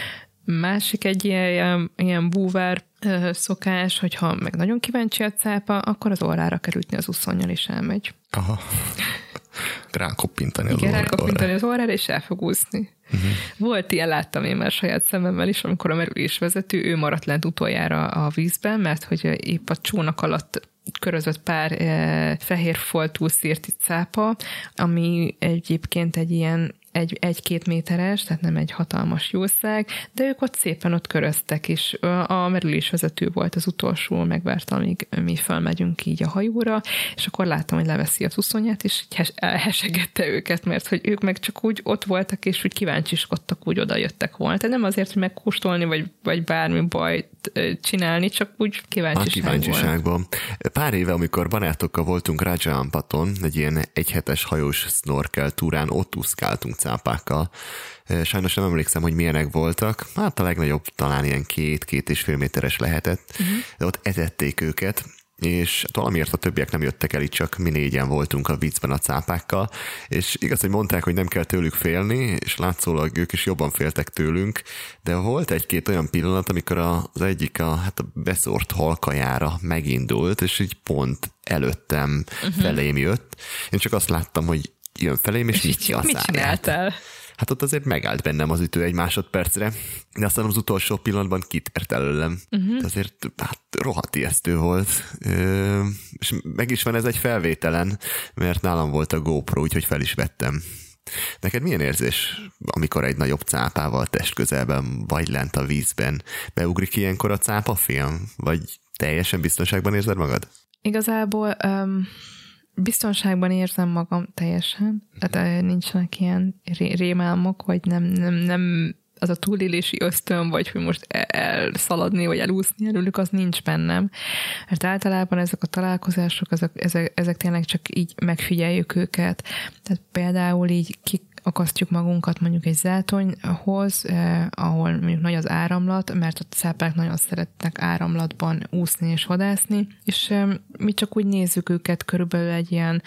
Másik egy ilyen búvár szokás, hogyha meg nagyon kíváncsi a cápa, akkor az orrára kell ütni az uszonnyal, és elmegy. Aha. Rákoppintani az orrára. Rákoppintani az orrára, és el fog úszni. Volt ilyen, láttam én már saját szememmel is, amikor a merülésvezető, ő maradt lent utoljára a vízben, mert hogy épp a csónak alatt körözött pár fehér foltú szirti cápa, ami egyébként egy ilyen 1-2 méteres, tehát nem egy hatalmas jószág, de ők ott szépen ott köröztek, és a merülésvezető volt az utolsó, megvárta, amíg mi felmegyünk így a hajóra, és akkor láttam, hogy leveszi az uszonyát, és elhesegette őket, mert hogy ők meg csak úgy ott voltak, és úgy kíváncsiskodtak, úgy oda jöttek volna. Tehát nem azért, hogy megkóstolni, vagy bármi bajt csinálni, csak úgy kíváncsiságban. Pár éve, amikor barátokkal voltunk Raja Ampaton, egy ilyen 1 hetes hajós snorkel túrán, ott úszkáltunk cápákkal. Sajnos nem emlékszem, hogy milyenek voltak. Hát a legnagyobb talán ilyen 2-2,5 méteres lehetett, de ott etették őket, és valamiért a többiek nem jöttek el, itt csak mi 4-en voltunk a viccben a cápákkal, és igaz, hogy mondták, hogy nem kell tőlük félni, és látszólag ők is jobban féltek tőlünk, de volt 1-2 olyan pillanat, amikor az egyik a beszórt halkajára megindult, és így pont előttem felém jött. Én csak azt láttam, hogy jön felém, és nyitja a száját. Mit csináltál? Hát ott azért megállt bennem az ütő 1 másodpercre, de aztán az utolsó pillanatban kitért előlem. De azért rohadt ijesztő volt. És meg is van ez egy felvételen, mert nálam volt a GoPro, úgyhogy fel is vettem. Neked milyen érzés, amikor egy nagyobb cápával testközelben vagy lent a vízben? Beugrik ilyenkor a cápafilm? Vagy teljesen biztonságban érzed magad? Igazából... biztonságban érzem magam teljesen, tehát nincsenek ilyen rémálmok, vagy nem az a túlélési ösztön, vagy hogy most elszaladni, vagy elúszni előlük, az nincs bennem. Mert általában ezek a találkozások, ezek tényleg csak így megfigyeljük őket. Tehát például így akasztjuk magunkat mondjuk egy zátonyhoz, ahol mondjuk nagy az áramlat, mert a cápák nagyon szeretnek áramlatban úszni és vadászni, és mi csak úgy nézzük őket körülbelül egy ilyen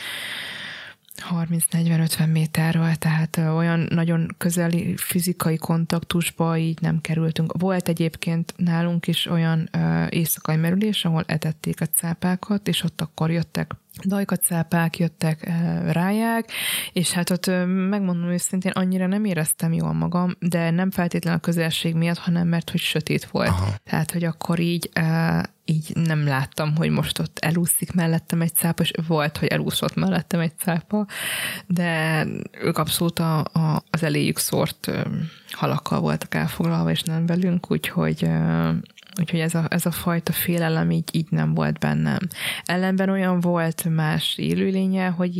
30-40-50 méterről, tehát olyan nagyon közeli fizikai kontaktusba így nem kerültünk. Volt egyébként nálunk is olyan éjszakai merülés, ahol etették a cápákat, és ott akkor jöttek dajkacápák, jöttek ráják, és hát ott megmondom őszintén, annyira nem éreztem jól magam, de nem feltétlenül a közelség miatt, hanem mert hogy sötét volt. Aha. Tehát, hogy akkor így nem láttam, hogy most ott elúszik mellettem egy cápa, és volt, hogy elúszott mellettem egy cápa, de ők abszolút az eléjük szórt halakkal voltak elfoglalva, és nem velünk, úgyhogy ez a fajta félelem így nem volt bennem. Ellenben olyan volt más élőlénye, hogy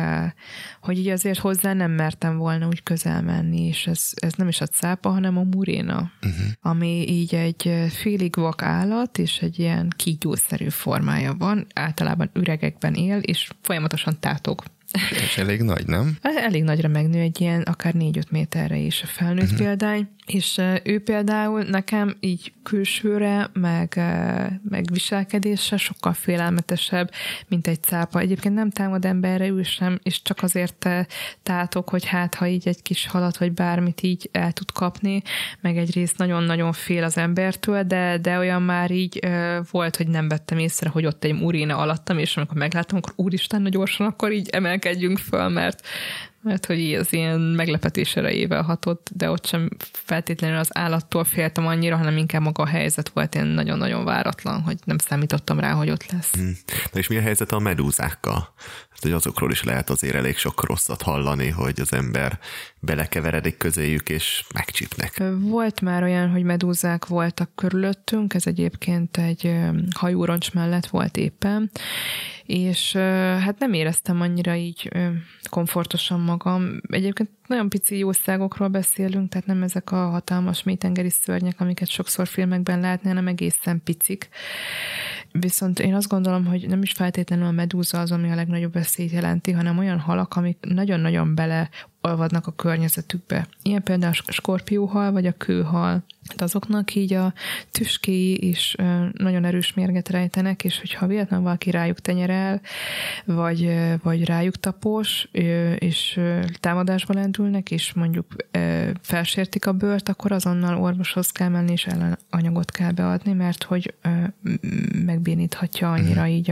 így azért hozzá nem mertem volna úgy közel menni, és ez nem is a cápa, hanem a muréna, ami így egy félig vak állat, és egy ilyen kígyószerű formája van, általában üregekben él, és folyamatosan tátog. És elég nagy, nem? Elég nagyra megnő, egy ilyen akár 4-5 méterre is a felnőtt példány, és ő például nekem így külsőre, meg viselkedésre sokkal félelmetesebb, mint egy cápa. Egyébként nem támad emberre ő sem, és csak azért tátok, hogy hát, ha így egy kis halat, vagy bármit így el tud kapni, meg egyrészt nagyon-nagyon fél az embertől, de olyan már így volt, hogy nem vettem észre, hogy ott egy muréna alattam, és amikor megláttam, akkor úristen, gyorsan, akkor így emelkedjünk föl, mert hogy az ilyen meglepetés erejével hatott, de ott sem feltétlenül az állattól féltem annyira, hanem inkább maga a helyzet volt ilyen nagyon-nagyon váratlan, hogy nem számítottam rá, hogy ott lesz. Na és mi a helyzet a medúzákkal? Hát, hogy azokról is lehet azért elég sok rosszat hallani, hogy az ember belekeveredik közéjük, és megcsípnek. Volt már olyan, hogy medúzák voltak körülöttünk, ez egyébként egy hajóroncs mellett volt éppen, és hát nem éreztem annyira így komfortosan magam. Egyébként nagyon pici jószágokról beszélünk, tehát nem ezek a hatalmas mélytengeri szörnyek, amiket sokszor filmekben látni, hanem egészen picik. Viszont én azt gondolom, hogy nem is feltétlenül a medúza az, ami a legnagyobb veszélyt jelenti, hanem olyan halak, amik nagyon-nagyon beleolvadnak a környezetükbe. Ilyen például a skorpióhal, vagy a kőhal. Hát azoknak így a tüskéi is nagyon erős mérget rejtenek, és hogyha véletlenül valaki rájuk tenyerel, vagy rájuk tapos, és támadásba lendülnek, és mondjuk felsértik a bőrt, akkor azonnal orvoshoz kell menni, és ellenanyagot kell beadni, mert hogy megbéníthatja annyira így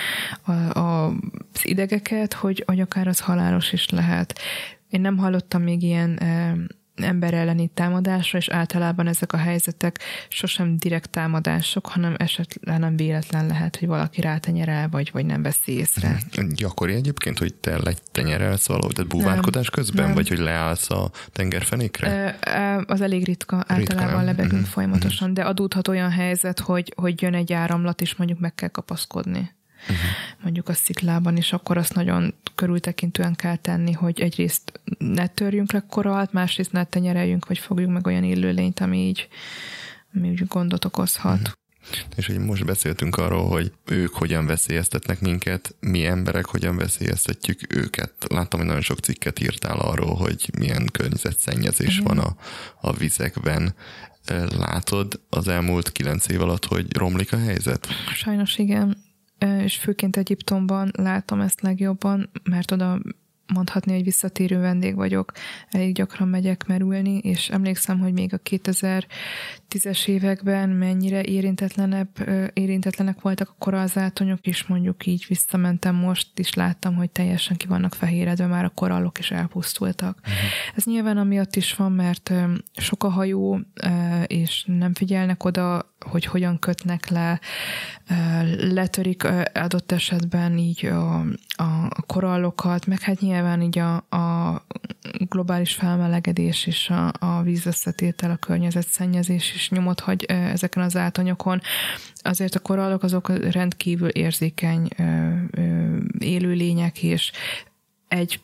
az idegeket, hogy akár az halálos is lehet. Én nem hallottam még ilyen ember elleni támadásra, és általában ezek a helyzetek sosem direkt támadások, hanem esetleg nem véletlen lehet, hogy valaki rátenyerel, vagy nem veszi észre. Gyakori egyébként, hogy te letenyerelsz valahogy, tehát búvárkodás közben, vagy hogy leállsz a tengerfenékre? Az elég ritka, általában lebegünk folyamatosan, de adódhat olyan helyzet, hogy jön egy áramlat, és mondjuk meg kell kapaszkodni. Mondjuk a sziklában, és akkor azt nagyon körültekintően kell tenni, hogy egyrészt ne törjünk le koralt, másrészt ne tenyereljünk, vagy fogjuk meg olyan élőlényt, ami úgy gondot okozhat. És hogy most beszéltünk arról, hogy ők hogyan veszélyeztetnek minket, mi emberek hogyan veszélyeztetjük őket. Láttam, hogy nagyon sok cikket írtál arról, hogy milyen környezetszennyezés van a vizekben. Látod az elmúlt 9 év alatt, hogy romlik a helyzet? Sajnos igen. És főként Egyiptomban látom ezt legjobban, mert oda mondhatni, hogy visszatérő vendég vagyok, elég gyakran megyek merülni, és emlékszem, hogy még a 2010-es években mennyire érintetlenek voltak a korallzátonyok, és mondjuk így visszamentem most, is láttam, hogy teljesen ki vannak fehéredve, már a korallok is elpusztultak. Ez nyilván amiatt is van, mert sok a hajó, és nem figyelnek oda, hogy hogyan kötnek le, letörik adott esetben így a korallokat, meg hát nyilván így a globális felmelegedés és a vízösszetétel, a környezetszennyezés is nyomot hagy ezeken az átanyokon. Azért a korallok azok rendkívül érzékeny élőlények, és egy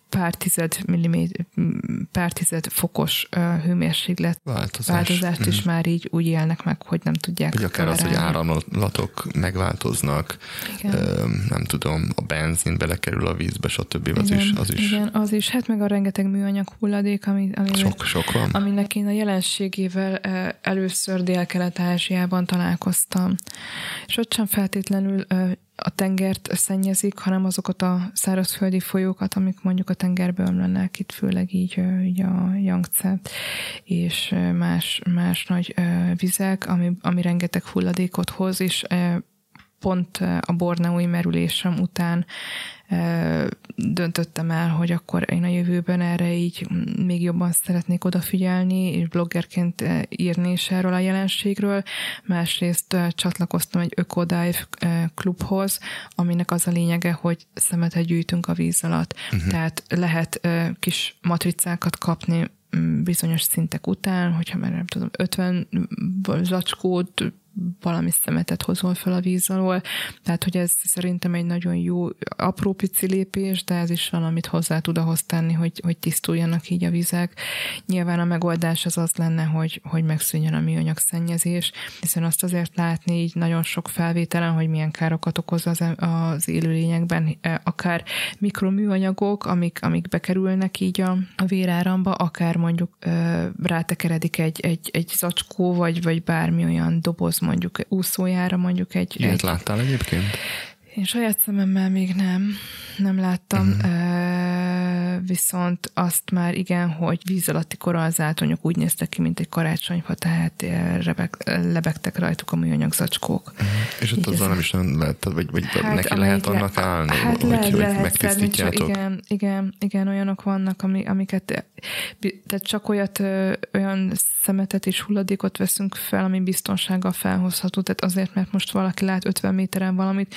pár tized fokos hőmérséklet változást is már így úgy élnek meg, hogy nem tudják. Vagy akár az, hogy áramlatok megváltoznak, nem tudom, a benzin belekerül a vízbe, stb. Az is. Igen, az is. Hát meg a rengeteg műanyag hulladék, sok van. Aminek én a jelenségével először Dél-Kelet-Ázsiában találkoztam. És ott sem feltétlenül a tengert szennyezik, hanem azokat a szárazföldi folyókat, amik mondjuk a tengerbe ömlenek, itt főleg így a Yangtze és más nagy vizek, ami rengeteg hulladékot hoz, és pont a borneói merülésem után döntöttem el, hogy akkor én a jövőben erre így még jobban szeretnék odafigyelni, és bloggerként írni is erről a jelenségről. Másrészt csatlakoztam egy Ökodive klubhoz, aminek az a lényege, hogy szemetet gyűjtünk a víz alatt. Tehát lehet kis matricákat kapni bizonyos szintek után, hogyha már nem tudom, 50 zacskót, valami szemetet hozol fel a víz alól. Tehát, hogy ez szerintem egy nagyon jó, apró pici lépés, de ez is valamit hozzá tud ahhoz tenni, hogy tisztuljanak így a vizek. Nyilván a megoldás az lenne, hogy megszűnjön a műanyag szennyezés, hiszen azt azért látni így nagyon sok felvételen, hogy milyen károkat okoz az élőlényekben, akár mikroműanyagok, amik bekerülnek így a véráramba, akár mondjuk rátekeredik egy zacskó, vagy bármi olyan doboz, mondjuk úszójára, mondjuk Ilyet láttál egyébként? Én saját szememmel még nem láttam, viszont azt már igen, hogy víz alatti korallzátonyok úgy néztek ki, mint egy karácsonyfa, tehát lebegtek rajtuk a műanyag zacskók. És ott azzal nem is lehet, vagy hát, neki lehet annak állni, hát hogy megtisztítjátok? Igen, olyanok vannak, amiket, tehát csak olyan szemetet és hulladékot veszünk fel, ami biztonsággal felhozható, tehát azért, mert most valaki lát 50 méteren valamit,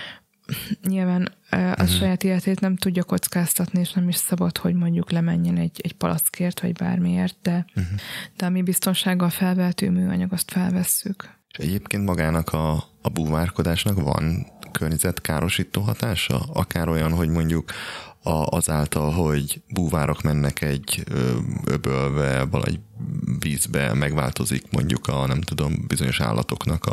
nyilván a saját életét nem tudja kockáztatni, és nem is szabad, hogy mondjuk lemenjen egy palackért, vagy bármiért, de ami biztonsággal felvehető műanyag, azt felvesszük. És egyébként magának a búvárkodásnak van környezetkárosító hatása? Akár olyan, hogy mondjuk azáltal, hogy búvárok mennek egy öbölbe, valahogy vízbe, megváltozik mondjuk nem tudom, bizonyos állatoknak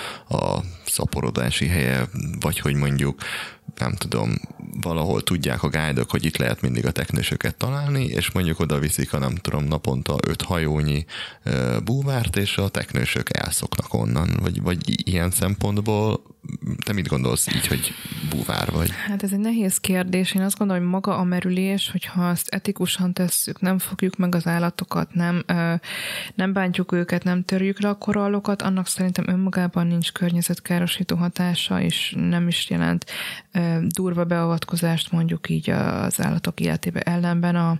a szaporodási helye, vagy hogy mondjuk nem tudom, valahol tudják a guide-ok, hogy itt lehet mindig a teknősöket találni, és mondjuk oda viszik nem tudom, naponta 5 hajónyi búvárt, és a teknősök elszoknak onnan, vagy ilyen szempontból te mit gondolsz így, hogy búvár vagy? Hát ez egy nehéz kérdés. Én azt gondolom, hogy maga a merülés, hogyha azt etikusan tesszük, nem fogjuk meg az állatokat, nem bántjuk őket, nem törjük le a korallokat, annak szerintem önmagában nincs környezetkárosító hatása, és nem is jelent durva beavatkozást mondjuk így az állatok életébe. Ellenben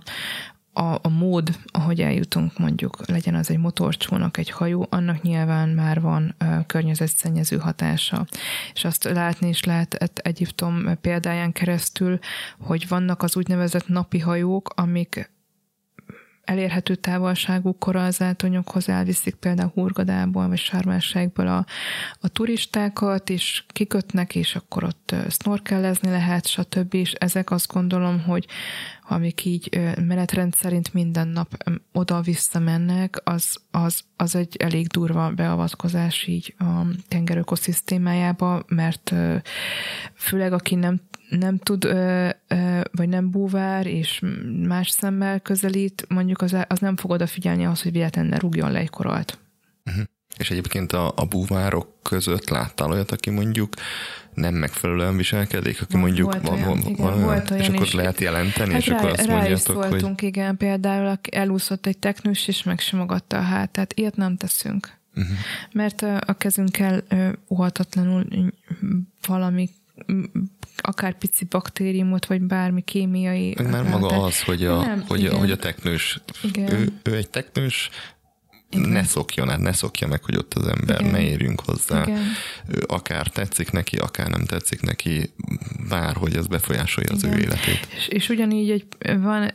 a mód, ahogy eljutunk, mondjuk legyen az egy motorcsónak, egy hajó, annak nyilván már van környezetszennyező hatása. És azt látni is lehet Egyiptom példáján keresztül, hogy vannak az úgynevezett napi hajók, amik elérhető távolságú korallzátonyokhoz elviszik például Hurgadából vagy Sharm-el-Sheikből a turistákat, és kikötnek, és akkor ott snorkellezni lehet, stb. És ezek azt gondolom, hogy amik így menetrend szerint minden nap oda-vissza mennek, az egy elég durva beavatkozás így a tenger ökoszisztémájába, mert főleg aki nem tud, vagy nem búvár, és más szemmel közelít, mondjuk az nem fog odafigyelni ahhoz, hogy véletlenül ne rúgjon le egy korallt. És egyébként a búvárok között láttál olyat, aki mondjuk nem megfelelően viselkedik, aki mondjuk volt olyan és akkor is. lehet jelenteni, hát és akkor azt mondjátok, hogy... igen, például elúszott egy teknős, és megsimogatta a hátát. Ilyet nem teszünk. Mert a kezünkkel óhatatlanul valami akár pici baktériumot, vagy bármi kémiai... Már maga az, hogy a teknős, ő egy teknős, ne szokja meg, hogy ott az ember, ne érjünk hozzá. Ő akár tetszik neki, akár nem tetszik neki, bárhogy ez befolyásolja az ő életét. És ugyanígy van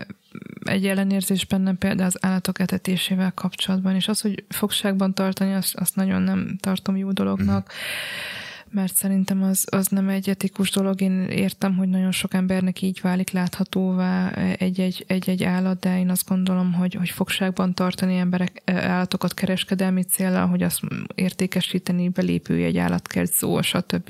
egy ellenérzés bennem például az állatok etetésével kapcsolatban, és az, hogy fogságban tartani, azt nagyon nem tartom jó dolognak, mert szerintem az nem egy etikus dolog. Én értem, hogy nagyon sok embernek így válik láthatóvá egy állat, de én azt gondolom, hogy fogságban tartani állatokat kereskedelmi céllal, hogy azt értékesíteni, belépője egy állatkert szó, stb.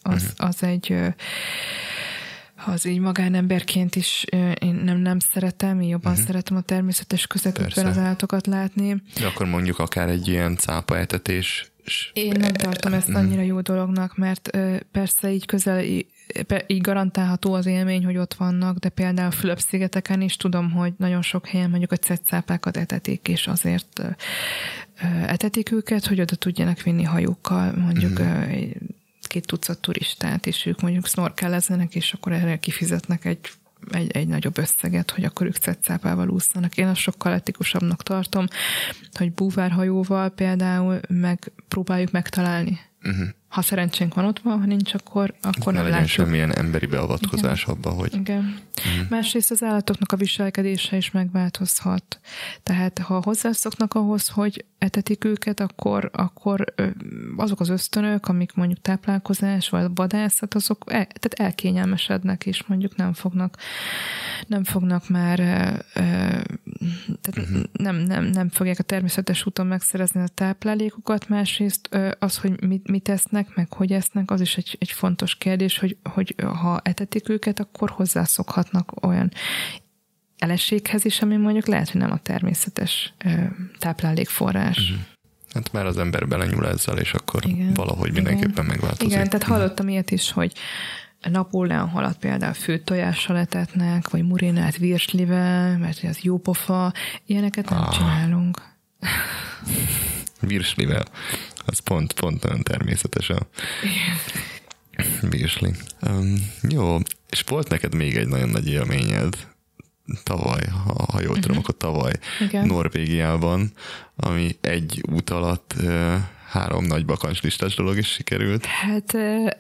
Az így magánemberként is én nem szeretem, én jobban szeretem a természetes közegükben az állatokat látni. De akkor mondjuk akár egy ilyen cápa etetés. Én nem tartom ezt annyira jó dolognak, mert persze így így garantálható az élmény, hogy ott vannak, de például a Fülöp-szigeteken is tudom, hogy nagyon sok helyen mondjuk a cetszápákat etetik, és azért etetik őket, hogy oda tudjanak vinni hajókkal, mondjuk 2 tucat turistát, és ők mondjuk snorkelezzenek, és akkor erre kifizetnek egy nagyobb összeget, hogy akkor ők cetszápával ússzanak. Én azt sokkal etikusabbnak tartom, hogy búvárhajóval például próbáljuk megtalálni. Ha szerencsénk van ott van, ha nincs, akkor nem legyen látjuk. semmilyen emberi beavatkozás abba, hogy... Igen. Másrészt az állatoknak a viselkedése is megváltozhat. Tehát ha hozzászoknak ahhoz, hogy etetik őket, akkor azok az ösztönök, amik mondjuk táplálkozás vagy vadászat, azok tehát elkényelmesednek, és mondjuk nem fognak már tehát nem fogják a természetes úton megszerezni a táplálékokat. Másrészt az, hogy mit esznek, meg hogy esznek, az is egy fontos kérdés, hogy ha etetik őket, akkor hozzászokhatnak olyan elességhez is, ami mondjuk lehet, hogy nem a természetes táplálékforrás. Hát már az ember belenyúl ezzel, és akkor valahogy mindenképpen megváltozik. Igen, tehát hallottam ilyet is, hogy Napóleon halat például főtt tojással etetnek, vagy murénát virslivel, mert az jó pofa, ilyeneket nem csinálunk. Virslivel. Az pont nagyon természetes a virsli. Jó, és volt neked még egy nagyon nagy élményed tavaly, ha jól tudom, akkor tavaly Norvégiában, ami egy út alatt 3 nagy bakancslistás dolog is sikerült. Hát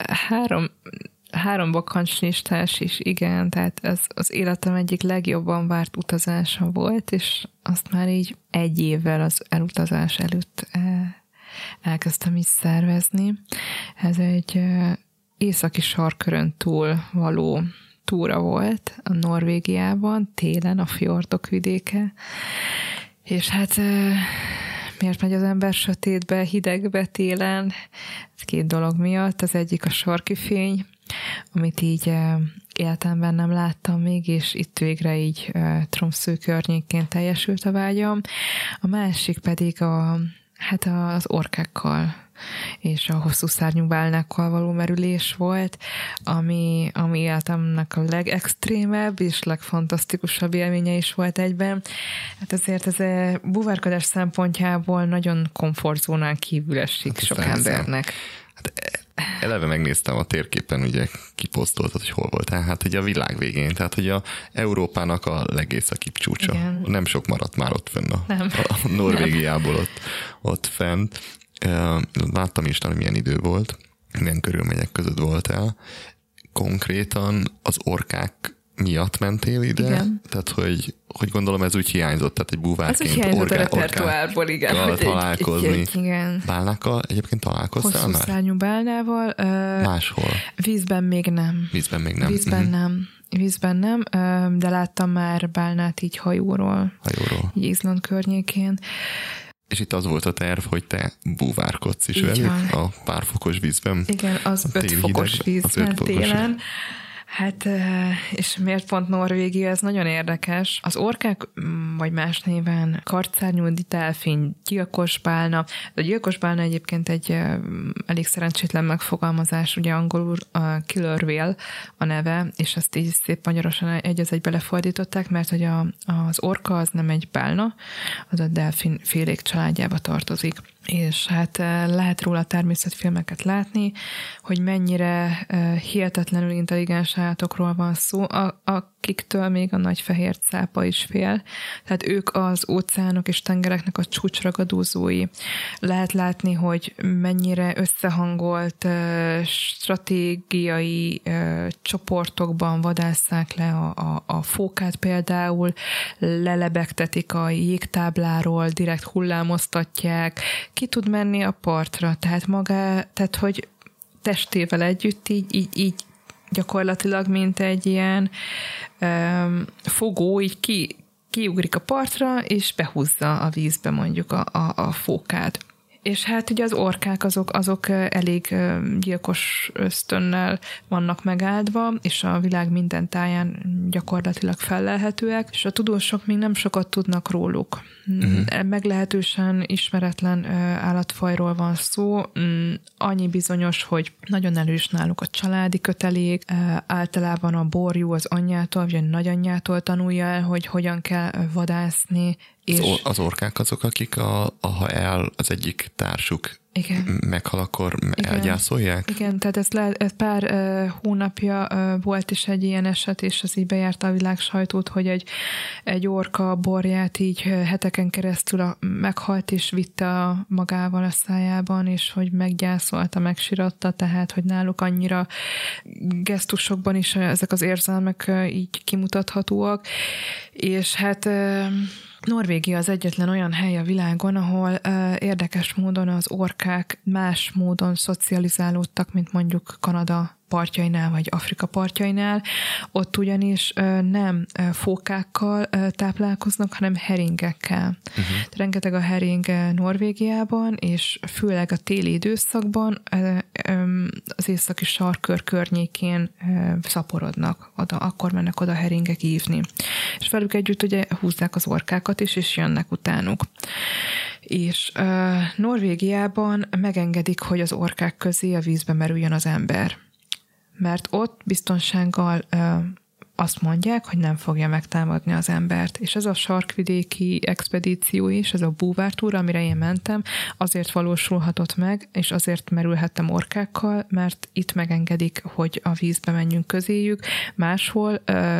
3 bakancslistás is, igen, tehát ez az életem egyik legjobban várt utazása volt, és azt már így 1 évvel az elutazás előtt elkezdtem is szervezni. Ez egy északi sarkkörön túl való túra volt a Norvégiában, télen a fjordok vidéke, és hát miért megy az ember sötétbe, hidegbe télen? Ez 2 dolog miatt. Az egyik a sarki fény, amit így életemben nem láttam még, és itt végre így Tromsø környékén teljesült a vágyam. A másik pedig az orkákkal és a hosszú szárnyú bálnákkal való merülés volt, ami életemnek a legextrémebb és legfantasztikusabb élménye is volt egyben. Hát azért ez búvárkodás szempontjából nagyon komfortzónán kívül esik sok embernek. Hát eleve megnéztem a térképen, ugye kiposztoltad, hogy hol voltál, hát ugye a világ végén, tehát hogy a Európának a legészakibb csúcsa. Igen. Nem sok maradt már ott fenn a Norvégiából ott fent. Láttam is, hogy milyen idő volt, milyen körülmények között voltál. Konkrétan az orkák miatt mentél ide? Igen. Tehát, hogy gondolom ez úgy hiányzott, tehát egy búvárként orkákkal találkozni. Igen. Bálnákkal egyébként találkoztál hosszú már? Hosszú szárnyú bálnával. Máshol? Vízben még nem. Vízben nem, de láttam már bálnát így hajóról. Így Izland környékén. És itt az volt a terv, hogy te búvárkodsz is velük a pár fokos vízben. Igen, az 5 fokos vízben télen. Hát, és miért pont Norvégia, ez nagyon érdekes. Az orkák, vagy más néven kartszárnyú delfin, gyilkosbálna. A gyilkosbálna egyébként egy elég szerencsétlen megfogalmazás, ugye angolul killer whale a neve, és ezt így szép magyarosan egy-egybe lefordították, mert hogy az orka az nem egy bálna, az a delfin félék családjába tartozik. És hát lehet róla természetfilmeket látni, hogy mennyire hihetetlenül intelligens állatokról van szó, akiktől még a nagy fehér cápa is fél. Tehát ők az óceánok és tengereknek a csúcsragadózói. Lehet látni, hogy mennyire összehangolt stratégiai csoportokban vadásszák le a fókát például, lelebegtetik a jégtábláról, direkt hullámoztatják, ki tud menni a partra, tehát hogy testével együtt így gyakorlatilag, mint egy ilyen fogó, így kiugrik a partra, és behúzza a vízbe mondjuk a fókát. És hát ugye az orkák azok elég gyilkos ösztönnel vannak megáldva, és a világ minden táján gyakorlatilag fellelhetőek, és a tudósok még nem sokat tudnak róluk. Meglehetősen ismeretlen állatfajról van szó. Annyi bizonyos, hogy nagyon erős náluk a családi kötelék, általában a borjú az anyjától, vagy a nagyanyjától tanulja el, hogy hogyan kell vadászni. És az orkák azok, akik ha az egyik társuk meghal, akkor elgyászolják? Igen, tehát ez pár hónapja volt is egy ilyen eset, és az így bejárta a világ sajtót, hogy egy orka borját így heteken keresztül meghalt, és vitte magával a szájában, és hogy meggyászolta, megsiratta, tehát, hogy náluk annyira gesztusokban is ezek az érzelmek így kimutathatóak, és hát Norvégia az egyetlen olyan hely a világon, ahol érdekes módon az orkák más módon szocializálódtak, mint mondjuk Kanada partjainál, vagy Afrika partjainál. Ott ugyanis nem fókákkal táplálkoznak, hanem heringekkel. Rengeteg a hering Norvégiában, és főleg a téli időszakban az északi sarkkör környékén szaporodnak. Akkor mennek oda heringek ívni. És velük együtt ugye húzzák az orkákat is, és jönnek utánuk. És Norvégiában megengedik, hogy az orkák közé a vízbe merüljön az ember. Mert ott biztonsággal azt mondják, hogy nem fogja megtámadni az embert. És ez a sarkvidéki expedíció is, ez a búvártúra, amire én mentem, azért valósulhatott meg, és azért merülhettem orkákkal, mert itt megengedik, hogy a vízbe menjünk közéjük. Máshol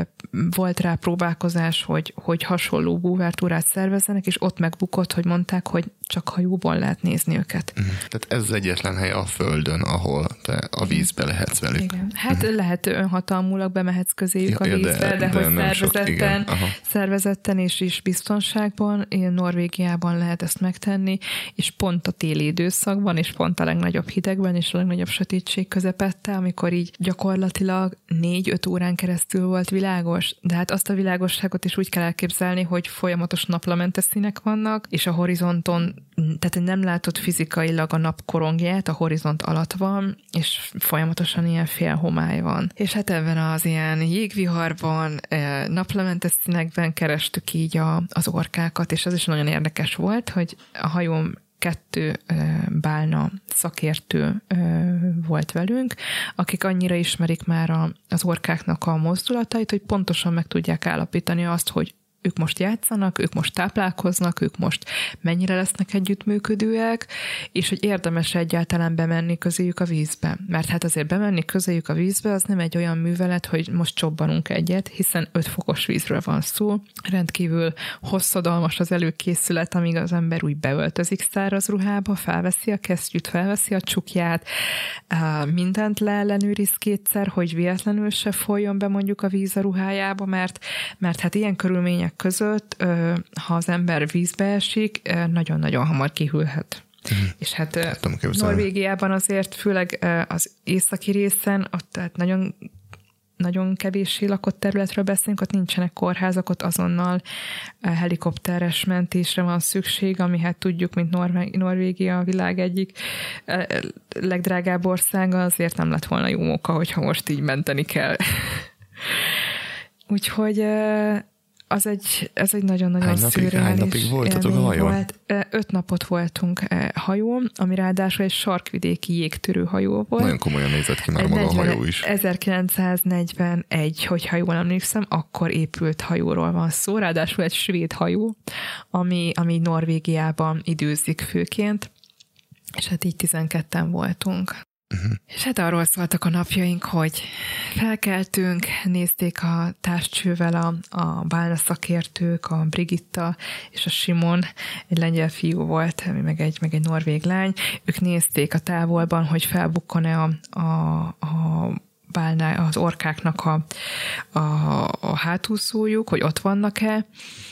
volt rá próbálkozás, hogy hasonló búvártúrát szervezzenek, és ott megbukott, hogy mondták, hogy csak hajóból lehet nézni őket. Tehát ez az egyetlen hely a Földön, ahol te a vízbe lehetsz velük. Igen. Hát lehet önhatalmulag bemehetsz közéjük a vízbe, de hogy szervezetten és is biztonságban, Norvégiában lehet ezt megtenni, és pont a téli időszakban, és pont a legnagyobb hidegben, és a legnagyobb sötétség közepette, amikor így gyakorlatilag 4-5 órán keresztül volt világos, de hát azt a világosságot is úgy kell elképzelni, hogy folyamatos naplementes színek vannak, és a horizonton, tehát nem látod fizikailag a nap korongját, a horizont alatt van, és folyamatosan ilyen félhomály van. És hát ebben az ilyen jégviharban, naplementes színekben kerestük így az orkákat, és az is nagyon érdekes volt, hogy a hajón 2 bálna szakértő volt velünk, akik annyira ismerik már az orkáknak a mozdulatait, hogy pontosan meg tudják állapítani azt, hogy ők most játszanak, ők most táplálkoznak, ők most mennyire lesznek együttműködőek, és hogy érdemes egyáltalán bemenni közéjük a vízbe. Mert hát azért bemenni közéjük a vízbe, az nem egy olyan művelet, hogy most csobbanunk egyet, hiszen 5 fokos vízről van szó. Rendkívül hosszadalmas az előkészület, amíg az ember úgy beöltözik száraz ruhába, felveszi a kesztyűt, felveszi a csukját, mindent leellenőriz 2-szer, hogy véletlenül se folyjon be mondjuk a víz a ruhájába, mert hát ilyen körülmények között, ha az ember vízbe esik, nagyon-nagyon hamar kihűlhet. És hát Norvégiában azért, főleg az északi részen, ott tehát nagyon, nagyon kevéssé lakott területről beszélünk, ott nincsenek kórházak, ott azonnal helikopteres mentésre van szükség, ami hát tudjuk, mint Norvégia a világ egyik legdrágább országa, azért nem lett volna jó oka, hogyha most így menteni kell. Úgyhogy ez egy nagyon-nagyon szürreális. Hány napig voltatok a hajón? 5 napot voltunk hajón, ami ráadásul egy sarkvidéki jégtörő hajó volt. Nagyon komolyan nézett ki már maga a hajó is. 1941, hogyha jól emlékszem, akkor épült hajóról van szó, ráadásul egy svéd hajó, ami Norvégiában időzik főként, és hát így 12-en voltunk. És hát arról szóltak a napjaink, hogy felkeltünk, nézték a társcsővel a bálna szakértők, a Brigitta és a Simon, egy lengyel fiú volt, meg egy norvég lány. Ők nézték a távolban, hogy felbukkan-e a bálná, az orkáknak a hátúszójuk, hogy ott vannak-e,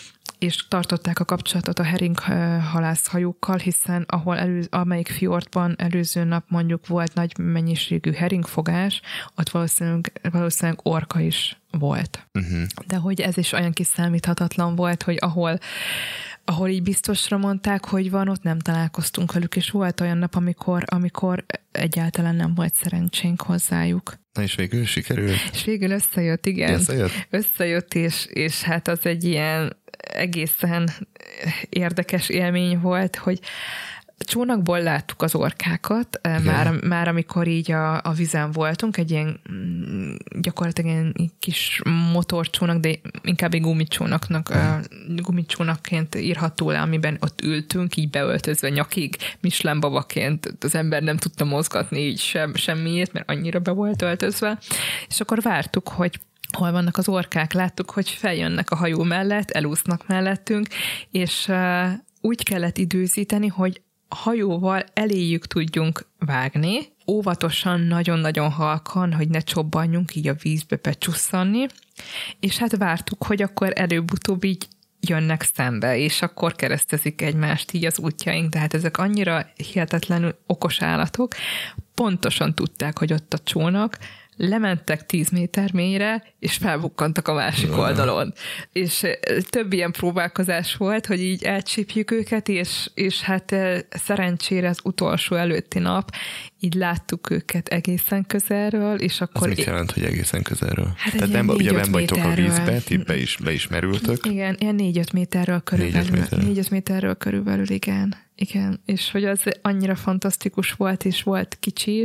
és tartották a kapcsolatot a heringhalászhajókkal, hiszen amelyik fjordban előző nap mondjuk volt nagy mennyiségű heringfogás, ott valószínűleg orka is volt. De hogy ez is olyan kiszámíthatatlan volt, hogy ahol így biztosra mondták, hogy van, ott nem találkoztunk velük, és volt olyan nap, amikor egyáltalán nem volt szerencsénk hozzájuk. Na és végül sikerült? És végül összejött, igen. Összejött, és hát az egy ilyen egészen érdekes élmény volt, hogy csónakból láttuk az orkákat, már amikor így a vízen voltunk, egy ilyen gyakorlatilag ilyen kis motorcsónak, de inkább egy gumicsónakként írható le, amiben ott ültünk, így beöltözve nyakig, Michelin babaként, az ember nem tudta mozgatni így semmiért, mert annyira be volt öltözve, és akkor vártuk, hogy hol vannak az orkák, láttuk, hogy feljönnek a hajó mellett, elúsznak mellettünk, és úgy kellett időzíteni, hogy hajóval eléjük tudjunk vágni, óvatosan, nagyon-nagyon halkan, hogy ne csobbanjunk így a vízbe becsusszanni, és hát vártuk, hogy akkor előbb-utóbb így jönnek szembe, és akkor keresztezik egymást így az útjaink, de hát ezek annyira hihetetlenül okos állatok, pontosan tudták, hogy ott a csónak, lementek 10 méter mélyre, és felbukkantak a másik oldalon. És több ilyen próbálkozás volt, hogy így elcsípjük őket, és hát szerencsére az utolsó előtti nap így láttuk őket egészen közelről, és akkor... Az mit jelent, hogy egészen közelről? Hát tehát nem vagytok a vízbe, ti be is merültök. Igen, ilyen 4-5 méterről körülbelül. 4-5 méterről körülbelül, igen. Igen, és hogy az annyira fantasztikus volt, és volt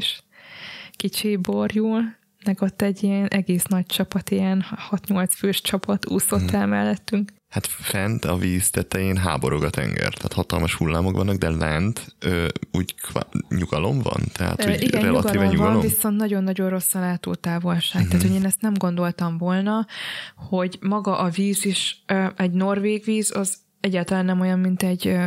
kicsi borjul, meg ott egy ilyen egész nagy csapat, ilyen 6-8 fős csapat úszott el mellettünk. Hát fent a víz tetején háborog a tenger, tehát hatalmas hullámok vannak, de lent úgy nyugalom van? Tehát úgy igen, relatíve nyugalom van, viszont nagyon-nagyon rossz a látótávolság. Tehát, hogy én ezt nem gondoltam volna, hogy maga a víz is, egy norvég víz, az egyáltalán nem olyan, mint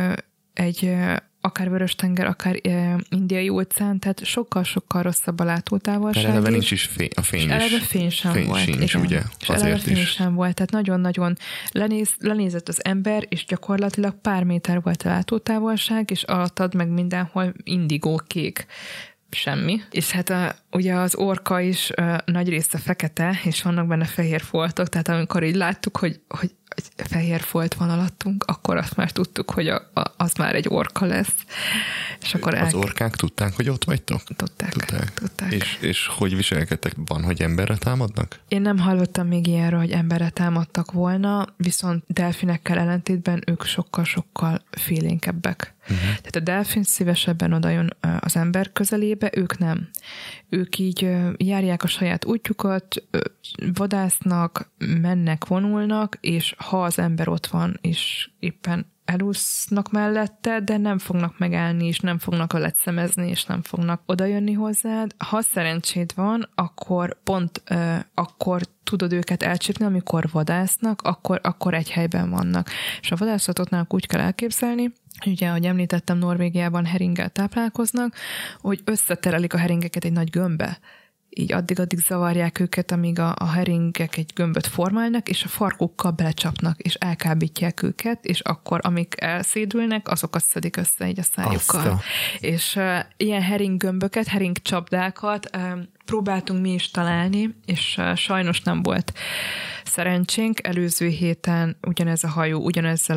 egy akár Vörös-tenger, akár Indiai óceán, tehát sokkal-sokkal rosszabb a látótávolság. Eleve nincs is a fény is. Eleve fény sem volt. Sincs, igen. Ugye? És eleve fény sem volt, tehát nagyon-nagyon lenézett az ember, és gyakorlatilag pár méter volt a látótávolság, és alattad meg mindenhol indigó kék. Semmi. És hát ugye az orka is nagy része fekete, és vannak benne fehér foltok, tehát amikor így láttuk, hogy fehér folt van alattunk, akkor azt már tudtuk, hogy az már egy orka lesz. És akkor az orkák tudták, hogy ott vagytok? Tudták. És hogy viselkedtek? Van, hogy emberre támadnak? Én nem hallottam még ilyenről, hogy emberre támadtak volna, viszont delfinekkel ellentétben ők sokkal-sokkal félénkebbek. Tehát a delfin szívesebben odajön az ember közelébe, ők nem. Ők így járják a saját útjukat, vadásznak, mennek, vonulnak, és ha az ember ott van, és éppen elúsznak mellette, de nem fognak megállni, és nem fognak lecsemezni, és nem fognak odajönni hozzád. Ha szerencséd van, akkor pont akkor tudod őket elcsípni, amikor vadásznak, akkor egy helyben vannak. És a vadászatot náluk úgy kell elképzelni, ugye, ahogy említettem, Norvégiában heringgel táplálkoznak, hogy összeterelik a heringeket egy nagy gömbbe. Így addig zavarják őket, amíg a heringek egy gömböt formálnak, és a farkukkal belecsapnak, és elkábítják őket, és akkor, amik elszédülnek, azokat szedik össze így a szájukkal. És ilyen heringgömböket, heringcsapdákat próbáltunk mi is találni, és sajnos nem volt szerencsénk. Előző héten ugyanez a hajó, ugyanezzel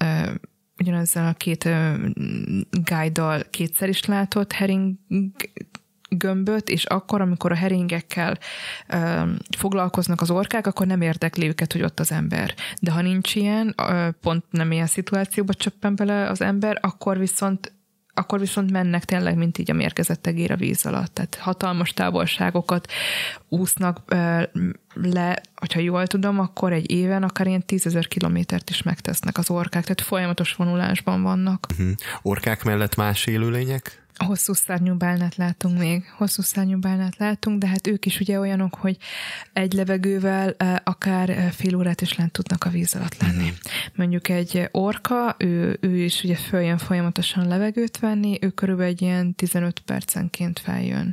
a két guide-dal kétszer is látott hering gömböt, és akkor, amikor a heringekkel foglalkoznak az orkák, akkor nem érdekli őket, hogy ott az ember. De ha nincs ilyen, pont nem ilyen szituációba csöppen bele az ember, akkor viszont mennek tényleg, mint így a mérgezett egér a víz alatt. Tehát hatalmas távolságokat úsznak le, hogyha jól tudom, akkor egy éven akár ilyen 10 000 kilométert is megtesznek az orkák, tehát folyamatos vonulásban vannak. Orkák mellett más élőlények? Hosszú szárnyú bálnát látunk, de hát ők is ugye olyanok, hogy egy levegővel akár fél órát is lent tudnak a víz alatt lenni. Mondjuk egy orka, ő is ugye följön folyamatosan levegőt venni, ő körülbelül egy ilyen 15 percenként feljön.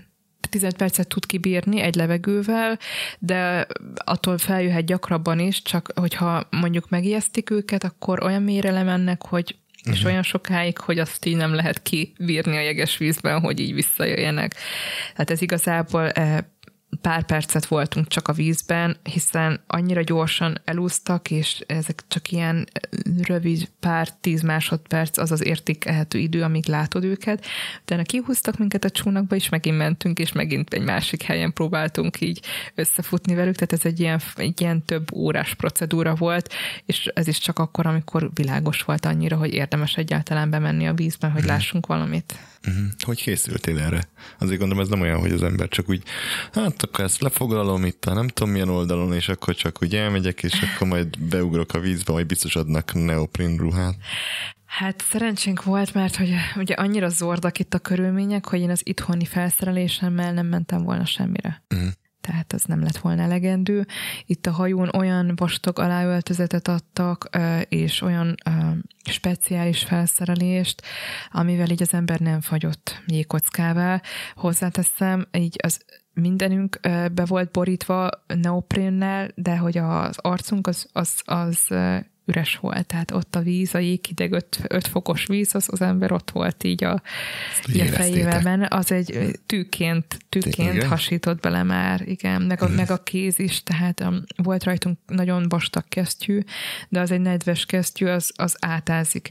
15 percet tud kibírni egy levegővel, de attól feljöhet gyakrabban is, csak hogyha mondjuk megijesztik őket, akkor olyan mélyre lemennek, hogy és olyan sokáig, hogy azt így nem lehet kibírni a jeges vízben, hogy így visszajöjjenek. Tehát ez igazából pár percet voltunk csak a vízben, hiszen annyira gyorsan elúsztak, és ezek csak ilyen rövid pár 10 másodperc, az az értékelhető idő, amíg látod őket. Utána kihúztak minket a csónakba, és megint mentünk, és megint egy másik helyen próbáltunk így összefutni velük, tehát ez egy ilyen több órás procedúra volt, és ez is csak akkor, amikor világos volt annyira, hogy érdemes egyáltalán bemenni a vízben, hogy lássunk valamit. Hogy készültél erre? Azért gondolom, ez nem olyan, hogy az ember csak úgy, hát akkor ezt lefoglalom itt a nem tudom milyen oldalon, és akkor csak úgy elmegyek, és akkor majd beugrok a vízbe, majd biztos adnak neoprin ruhát. Hát szerencsénk volt, mert hogy ugye annyira zordak itt a körülmények, hogy én az itthoni felszerelésemmel nem mentem volna semmire. Tehát az nem lett volna elegendő. Itt a hajón olyan vastag aláöltözetet adtak, és olyan speciális felszerelést, amivel így az ember nem fagyott jégkockává. Hozzáteszem, így az mindenünk be volt borítva neoprénnel, de hogy az arcunk az üres volt, tehát ott a víz, a jéghideg 5 fokos víz, az ember ott volt így a fejével benne, az egy tűként hasított bele már, igen, meg a kéz is, tehát volt rajtunk nagyon vastag kesztyű, de az egy nedves kesztyű, az átázik,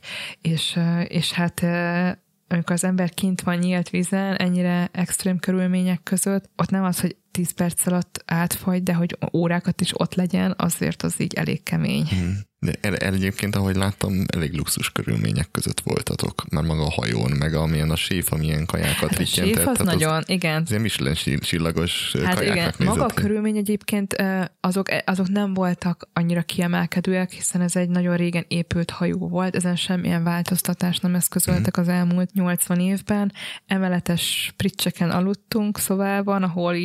és hát amikor az ember kint van nyílt vízen, ennyire extrém körülmények között, ott nem az, hogy 10 perc alatt átfagy, de hogy órákat is ott legyen, azért az így elég kemény. De egyébként, ahogy láttam, elég luxus körülmények között voltatok. Már maga a hajón, meg amilyen a séf, amilyen kajákat rittyentett. A séf az nagyon, igen. Ez ilyen Michelin csillagos kajáknak igen, maga a körülmény egyébként azok nem voltak annyira kiemelkedőek, hiszen ez egy nagyon régen épült hajó volt, ezen semmilyen változtatást nem eszközöltek az elmúlt 80 évben. Emeletes pricseken aludtunk szobában, ahol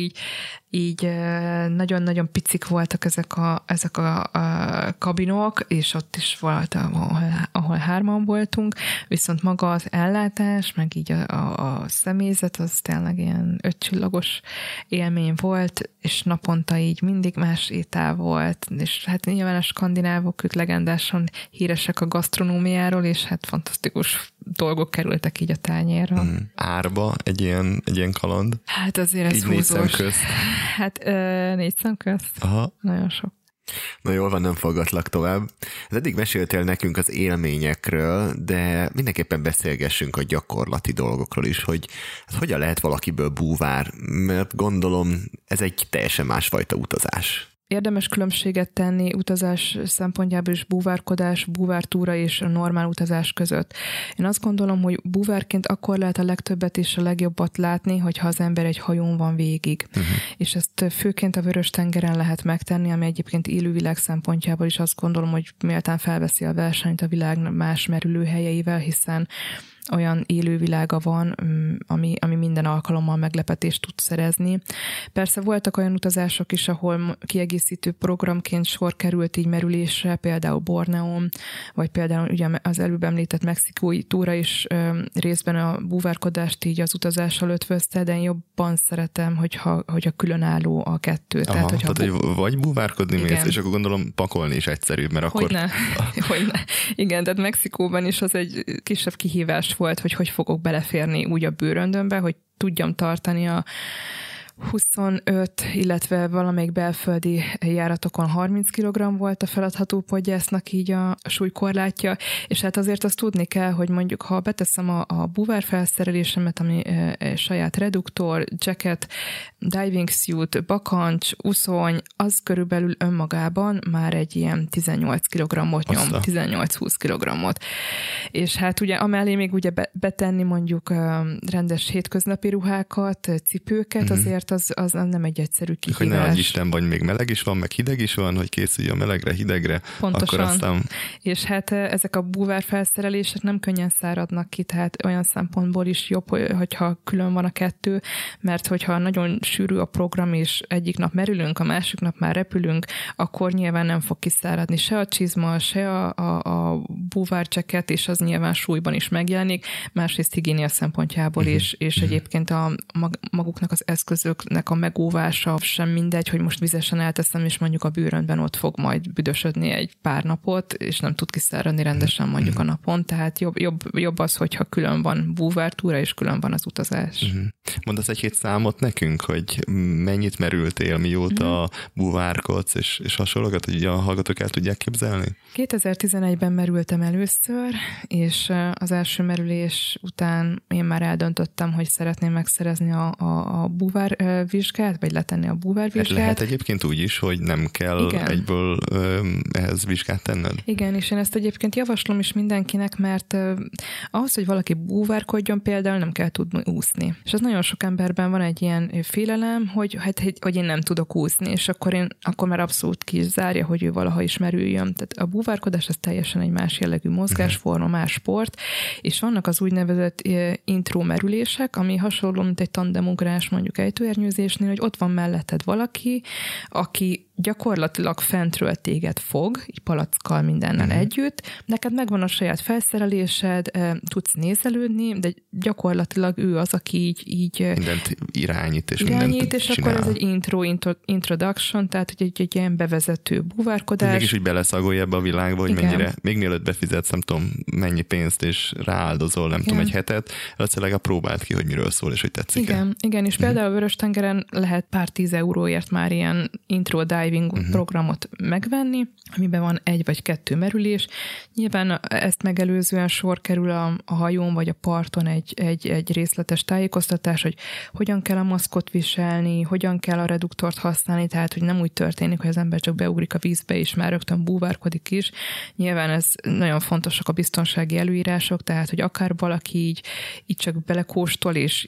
így nagyon-nagyon picik voltak ezek a kabinok, és ott is volt, ahol 3-an voltunk, viszont maga az ellátás, meg így a személyzet, az tényleg ilyen 5 csillagos élmény volt, és naponta így mindig más étel volt, és hát nyilván a skandinávok ők legendásan híresek a gasztronómiáról, és hát fantasztikus dolgok kerültek így a tányérra. Árba egy ilyen kaland? Hát azért ez így húzós. 4 szem közt? Hát 4 szem közt? Aha. Nagyon sok. Na jól van, nem fogatlak tovább. Eddig meséltél nekünk az élményekről, de mindenképpen beszélgessünk a gyakorlati dolgokról is, hogy hát hogyan lehet valakiből búvár, mert gondolom ez egy teljesen másfajta utazás. Érdemes különbséget tenni utazás szempontjából is búvárkodás, búvártúra és a normál utazás között. Én azt gondolom, hogy búvárként akkor lehet a legtöbbet és a legjobbat látni, hogyha az ember egy hajón van végig. És ezt főként a Vörös-tengeren lehet megtenni, ami egyébként élővilág szempontjából is azt gondolom, hogy méltán felveszi a versenyt a világ más merülőhelyeivel, hiszen olyan élővilága van, ami minden alkalommal meglepetést tud szerezni. Persze voltak olyan utazások is, ahol kiegészítő programként sor került így merülésre, például Borneón, vagy például ugye az előbb említett mexikói túra is részben a búvárkodást így az utazással ötvözte, de én jobban szeretem, hogyha különálló a kettő. Aha, tehát vagy búvárkodni mész, és akkor gondolom pakolni is egyszerűbb, mert akkor... Hogyne. Igen, tehát Mexikóban is az egy kisebb kihívás volt, hogy fogok beleférni úgy a bőröndömbe, hogy tudjam tartani a 25, illetve valamelyik belföldi járatokon 30 kg volt a feladható podgyásznak így a súlykorlátja, és hát azért azt tudni kell, hogy mondjuk ha beteszem a búvár felszerelésemet, ami saját reduktor, jacket, diving suit, bakancs, uszony, az körülbelül önmagában már egy ilyen 18 kg-ot nyom, 18-20 kg-ot. És hát ugye amellé még ugye betenni mondjuk rendes hétköznapi ruhákat, cipőket, azért azért az nem egy egyszerű kihívás. Hogy ne adj Isten, vagy még meleg is van, meg hideg is van, hogy készülj a melegre, hidegre. Pontosan. Akkor aztán... És hát ezek a búvár felszerelések nem könnyen száradnak ki, tehát olyan szempontból is jobb, hogyha külön van a kettő, mert hogyha nagyon sűrű a program, és egyik nap merülünk, a másik nap már repülünk, akkor nyilván nem fog kiszáradni se a csizma, se a búvárcseket, és az nyilván súlyban is megjelenik, másrészt higiénia szempontjából is, és egyébként a maguknak az eszközöknek a megóvása sem mindegy, hogy most vizesen elteszem, és mondjuk a bőrönben ott fog majd büdösödni egy pár napot, és nem tud kiszáradni rendesen mondjuk a napon, tehát jobb az, hogyha külön van búvártúra, és külön van az utazás. Mondasz egy-két számot nekünk, hogy mennyit merültél, mióta búvárkodsz, és hasonlókat, hogy a hallgatók el tudják képzelni? 2011-ben merültem először, és az első merülés után én már eldöntöttem, hogy szeretném megszerezni a búvárvizsgát, vagy letenni a búvárvizsgát. Lehet egyébként úgy is, hogy nem kell egyből ehhez vizsgát tenned? Igen, és én ezt egyébként javaslom is mindenkinek, mert ahhoz, hogy valaki búvárkodjon, például nem kell tudni úszni. És az nagyon sok emberben van egy ilyen félelem, hogy én nem tudok úszni, és akkor már abszolút ki is zárja, hogy ő valaha is merüljön. Tehát a búvárkodás az teljesen egy más jellegű mozgásforma, más sport, és vannak az úgynevezett intro merülések, ami hasonló, mint egy tandemugrás mondjuk ejtőernyőzésnél, hogy ott van melletted valaki, aki gyakorlatilag fentről téged fog, így palackkal mindennel együtt, neked megvan a saját felszerelésed, tudsz nézelődni, de gyakorlatilag ő az, aki így mindent irányít, és akkor ez egy introduction, tehát egy ilyen bevezető búvárkodás. Mégis úgy beleszagolja ebbe a világba, hogy mennyire, még mielőtt befizetsz, nem tudom, mennyi pénzt, és rááldozol, nem tudom, egy hetet, egyszer legalább próbáld ki, hogy miről szól, és hogy tetszik. Igen, és például a Vörös-tengeren lehet pár 10 euróért már ilyen intro diving programot megvenni, amiben van 1 vagy 2 merülés. Nyilván ezt megelőzően sor kerül a hajón vagy a parton egy részletes tájékoztatás, hogy hogyan kell a maszkot viselni, hogyan kell a reduktort használni, tehát hogy nem úgy történik, hogy az ember csak beugrik a vízbe, és már rögtön búvárkodik is. Nyilván ez nagyon fontosak a biztonsági előírások, tehát hogy akár valaki így csak belekóstol, és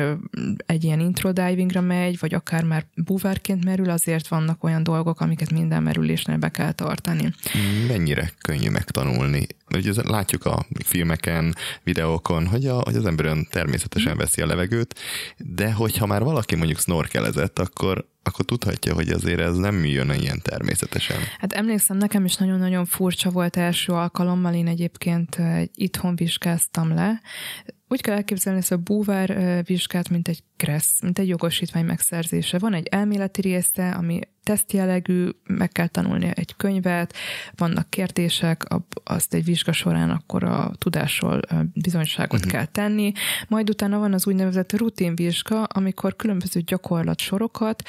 egy ilyen intro divingra megy, vagy akár már búvárként merül, azért vannak olyan dolgok, amiket minden merülésnél be kell tartani. Mennyire könnyű megtanulni? Ugye látjuk a filmeken, videókon, hogy az ember olyan természetesen veszi a levegőt, de hogyha már valaki mondjuk snorkelezett, akkor tudhatja, hogy azért ez nem jön ilyen természetesen. Hát emlékszem, nekem is nagyon-nagyon furcsa volt első alkalommal, én egyébként itthon vizsgáztam le. Úgy kell elképzelni ezt a búvár vizsgát, mint egy KRESZ, mint egy jogosítvány megszerzése. Van egy elméleti része, ami tesztjellegű, meg kell tanulni egy könyvet, vannak kérdések, azt egy vizsga során akkor a tudásról bizonyságot kell tenni. Majd utána van az úgynevezett rutinvizsga, amikor különböző gyakorlatsorokat,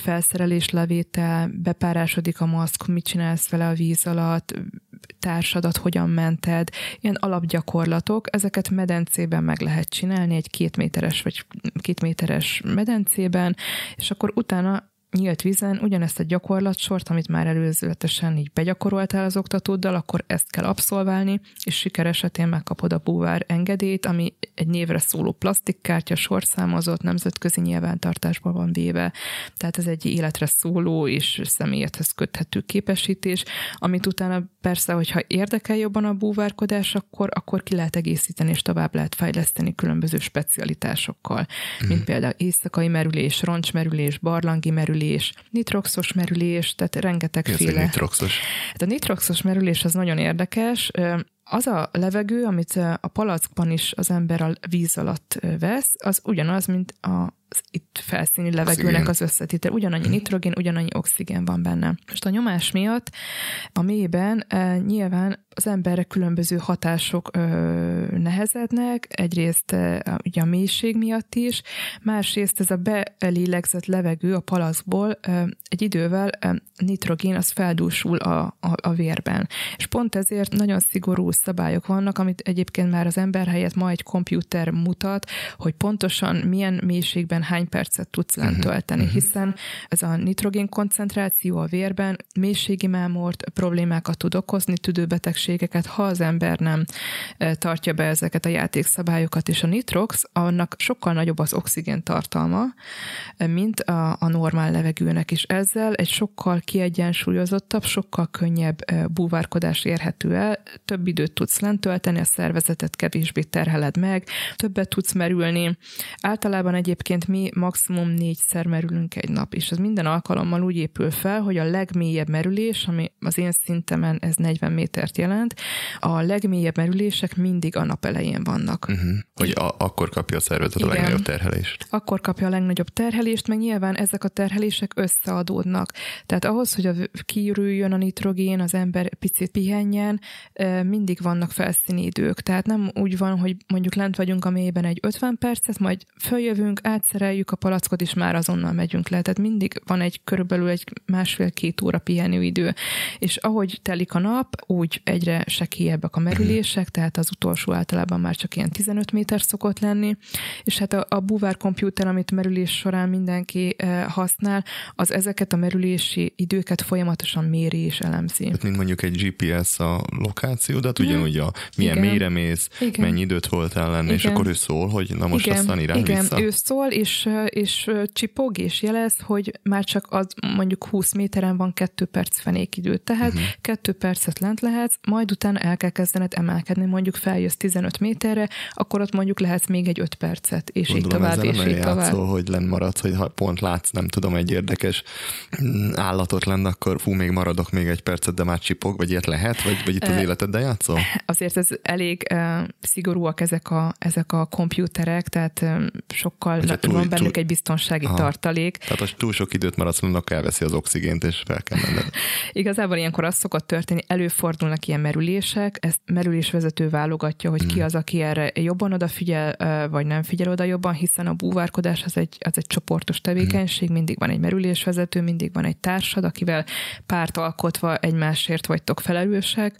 felszereléslevétel, bepárásodik a maszk, mit csinálsz vele a víz alatt, társadat hogyan mented, ilyen alapgyakorlatok, ezeket medencében meg lehet csinálni, egy 2 méteres vagy 2 méteres medencében, és akkor utána nyílt vízen ugyanezt a gyakorlatsort, amit már előzőletesen így begyakoroltál az oktatóddal, akkor ezt kell abszolválni, és siker esetén megkapod a búvár engedélyt, ami egy névre szóló plastikkártya, sorszámozott, nemzetközi nyilvántartásban van véve. Tehát ez egy életre szóló és személyedhez köthető képesítés, amit utána persze, hogyha érdekel jobban a búvárkodás, akkor ki lehet egészíteni és tovább lehet fejleszteni különböző specialitásokkal, mint például éjszakai merülés, roncsmerülés, barlangi merülés, nitroxos merülés, tehát rengetegféle. Mi az, nitroxos? Hát a nitroxos merülés az nagyon érdekes. Az a levegő, amit a palackban is az ember a víz alatt vesz, az ugyanaz, mint az itt felszíni levegőnek az összetétel. Ugyanannyi nitrogén, ugyanannyi oxigén van benne. Most a nyomás miatt a mélyben nyilván az emberre különböző hatások nehezednek, egyrészt ugye a mélység miatt is, másrészt ez a belélegzett levegő a palackból egy idővel nitrogén az feldúsul a vérben. És pont ezért nagyon szigorú szabályok vannak, amit egyébként már az ember helyett ma egy komputer mutat, hogy pontosan milyen mélységben esetben hány percet tudsz lent tölteni, hiszen ez a nitrogén koncentráció a vérben mélységi mámort, problémákat tud okozni, tüdőbetegségeket, ha az ember nem tartja be ezeket a játékszabályokat, és a nitrox, annak sokkal nagyobb az oxigén tartalma, mint a normál levegőnek, és ezzel egy sokkal kiegyensúlyozottabb, sokkal könnyebb búvárkodás érhető el, több időt tudsz lent tölteni, a szervezetet kevésbé terheled meg, többet tudsz merülni. Általában egyébként mi maximum 4-szer merülünk egy nap, és ez minden alkalommal úgy épül fel, hogy a legmélyebb merülés, ami az én szintemen ez 40 métert jelent, a legmélyebb merülések mindig a nap elején vannak. Hogy akkor kapja a szervezet a legnagyobb terhelést. Akkor kapja a legnagyobb terhelést, meg nyilván ezek a terhelések összeadódnak. Tehát ahhoz, hogy kiürüljön a nitrogén, az ember picit pihenjen, mindig vannak felszíni idők. Tehát nem úgy van, hogy mondjuk lent vagyunk a mélyben egy 50 percet, majd följövünk, átszereljük a palackot, és már azonnal megyünk le. Tehát mindig van körülbelül egy 1,5-2 óra pihenőidő. És ahogy telik a nap, úgy egyre sekélyebbek a merülések, tehát az utolsó általában már csak ilyen 15 méter szokott lenni, és hát a búvár kompjúter, amit merülés során mindenki használ, az ezeket a merülési időket folyamatosan méri és elemzi. Hát, mint mondjuk egy GPS a lokációdat, ugyanúgy milyen mélyre mész, mennyi időt voltál lenni, és akkor ő szól, hogy na most aztán irány vissza. Igen, ő szól, és csipog, és jelez, hogy már csak az mondjuk 20 méteren van 2 perc fenékidő. Tehát 2 percet lent lehetsz, majd utána el kell kezdened emelkedni, mondjuk feljössz 15 méterre, akkor ott mondjuk lehetsz még egy 5 percet, és gondolom, így tovább, és így tovább. Játszol, hogy lenn maradsz, hogy ha pont látsz, nem tudom, egy érdekes állatot lenn, akkor még maradok még egy percet, de már csipog, vagy ilyet lehet, vagy itt az életeddel játszol? Azért ez elég szigorúak ezek a kompjúterek, tehát sokkal van bennük egy biztonsági tartalék. Tehát ha túl sok időt maradsz, akkor elveszi az oxigént, és fel kell menned. Igazából ilyenkor az szokott történni, előfordulnak ilyen merülések, ezt merülésvezető válogatja, hogy ki az, aki erre jobban odafigyel, vagy nem figyel oda jobban, hiszen a búvárkodás az egy csoportos tevékenység, mindig van egy merülésvezető, mindig van egy társad, akivel párt alkotva egymásért vagytok felelősek,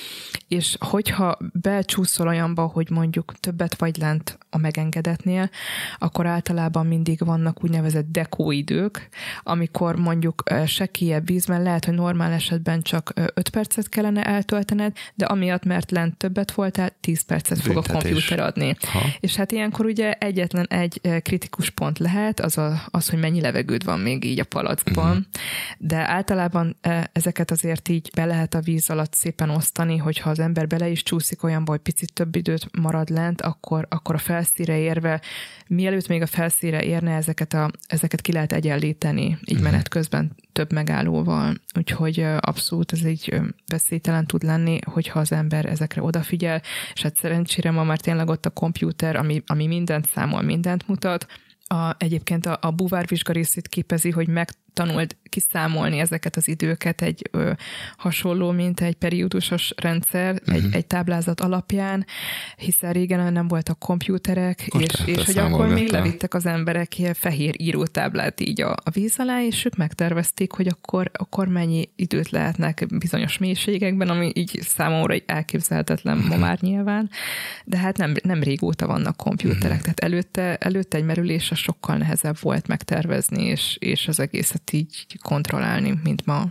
és hogyha becsúszol olyanba, hogy mondjuk többet vagy lent a megengedetnél, akkor általában mindig vannak úgynevezett dekóidők, amikor mondjuk sekélyebb vízben lehet, hogy normál esetben csak 5 percet kellene eltöltened, de amiatt, mert lent többet voltál, 10 percet fog a kompjúter adni. És hát ilyenkor ugye egyetlen egy kritikus pont lehet, az, hogy mennyi levegőd van még így a palackban, de általában ezeket azért így be lehet a víz alatt szépen osztani, hogyha az ember bele is csúszik olyanba, hogy picit több időt marad lent, akkor a felszínre érve, mielőtt még a felszínre érne, ezeket ki lehet egyenlíteni, így menet közben több megállóval. Úgyhogy abszolút ez így veszélytelen tud lenni, hogyha az ember ezekre odafigyel, és hát szerencsére ma már tényleg ott a kompjúter, ami mindent számol, mindent mutat. Egyébként a búvárvizsga részét képezi, hogy megtanuld kiszámolni ezeket az időket egy hasonló, mint egy periódusos rendszer, egy táblázat alapján, hiszen régen nem voltak kompjúterek, és hogy akkor még levittek az emberek ilyen fehér írótáblát így a víz alá, és ők megtervezték, hogy akkor mennyi időt lehetnek bizonyos mélységekben, ami így számomra egy elképzelhetetlen ma már nyilván, de hát nem régóta vannak kompjúterek, tehát előtte egy merülés sokkal nehezebb volt megtervezni, és az egészet így kontrollálni, mint ma.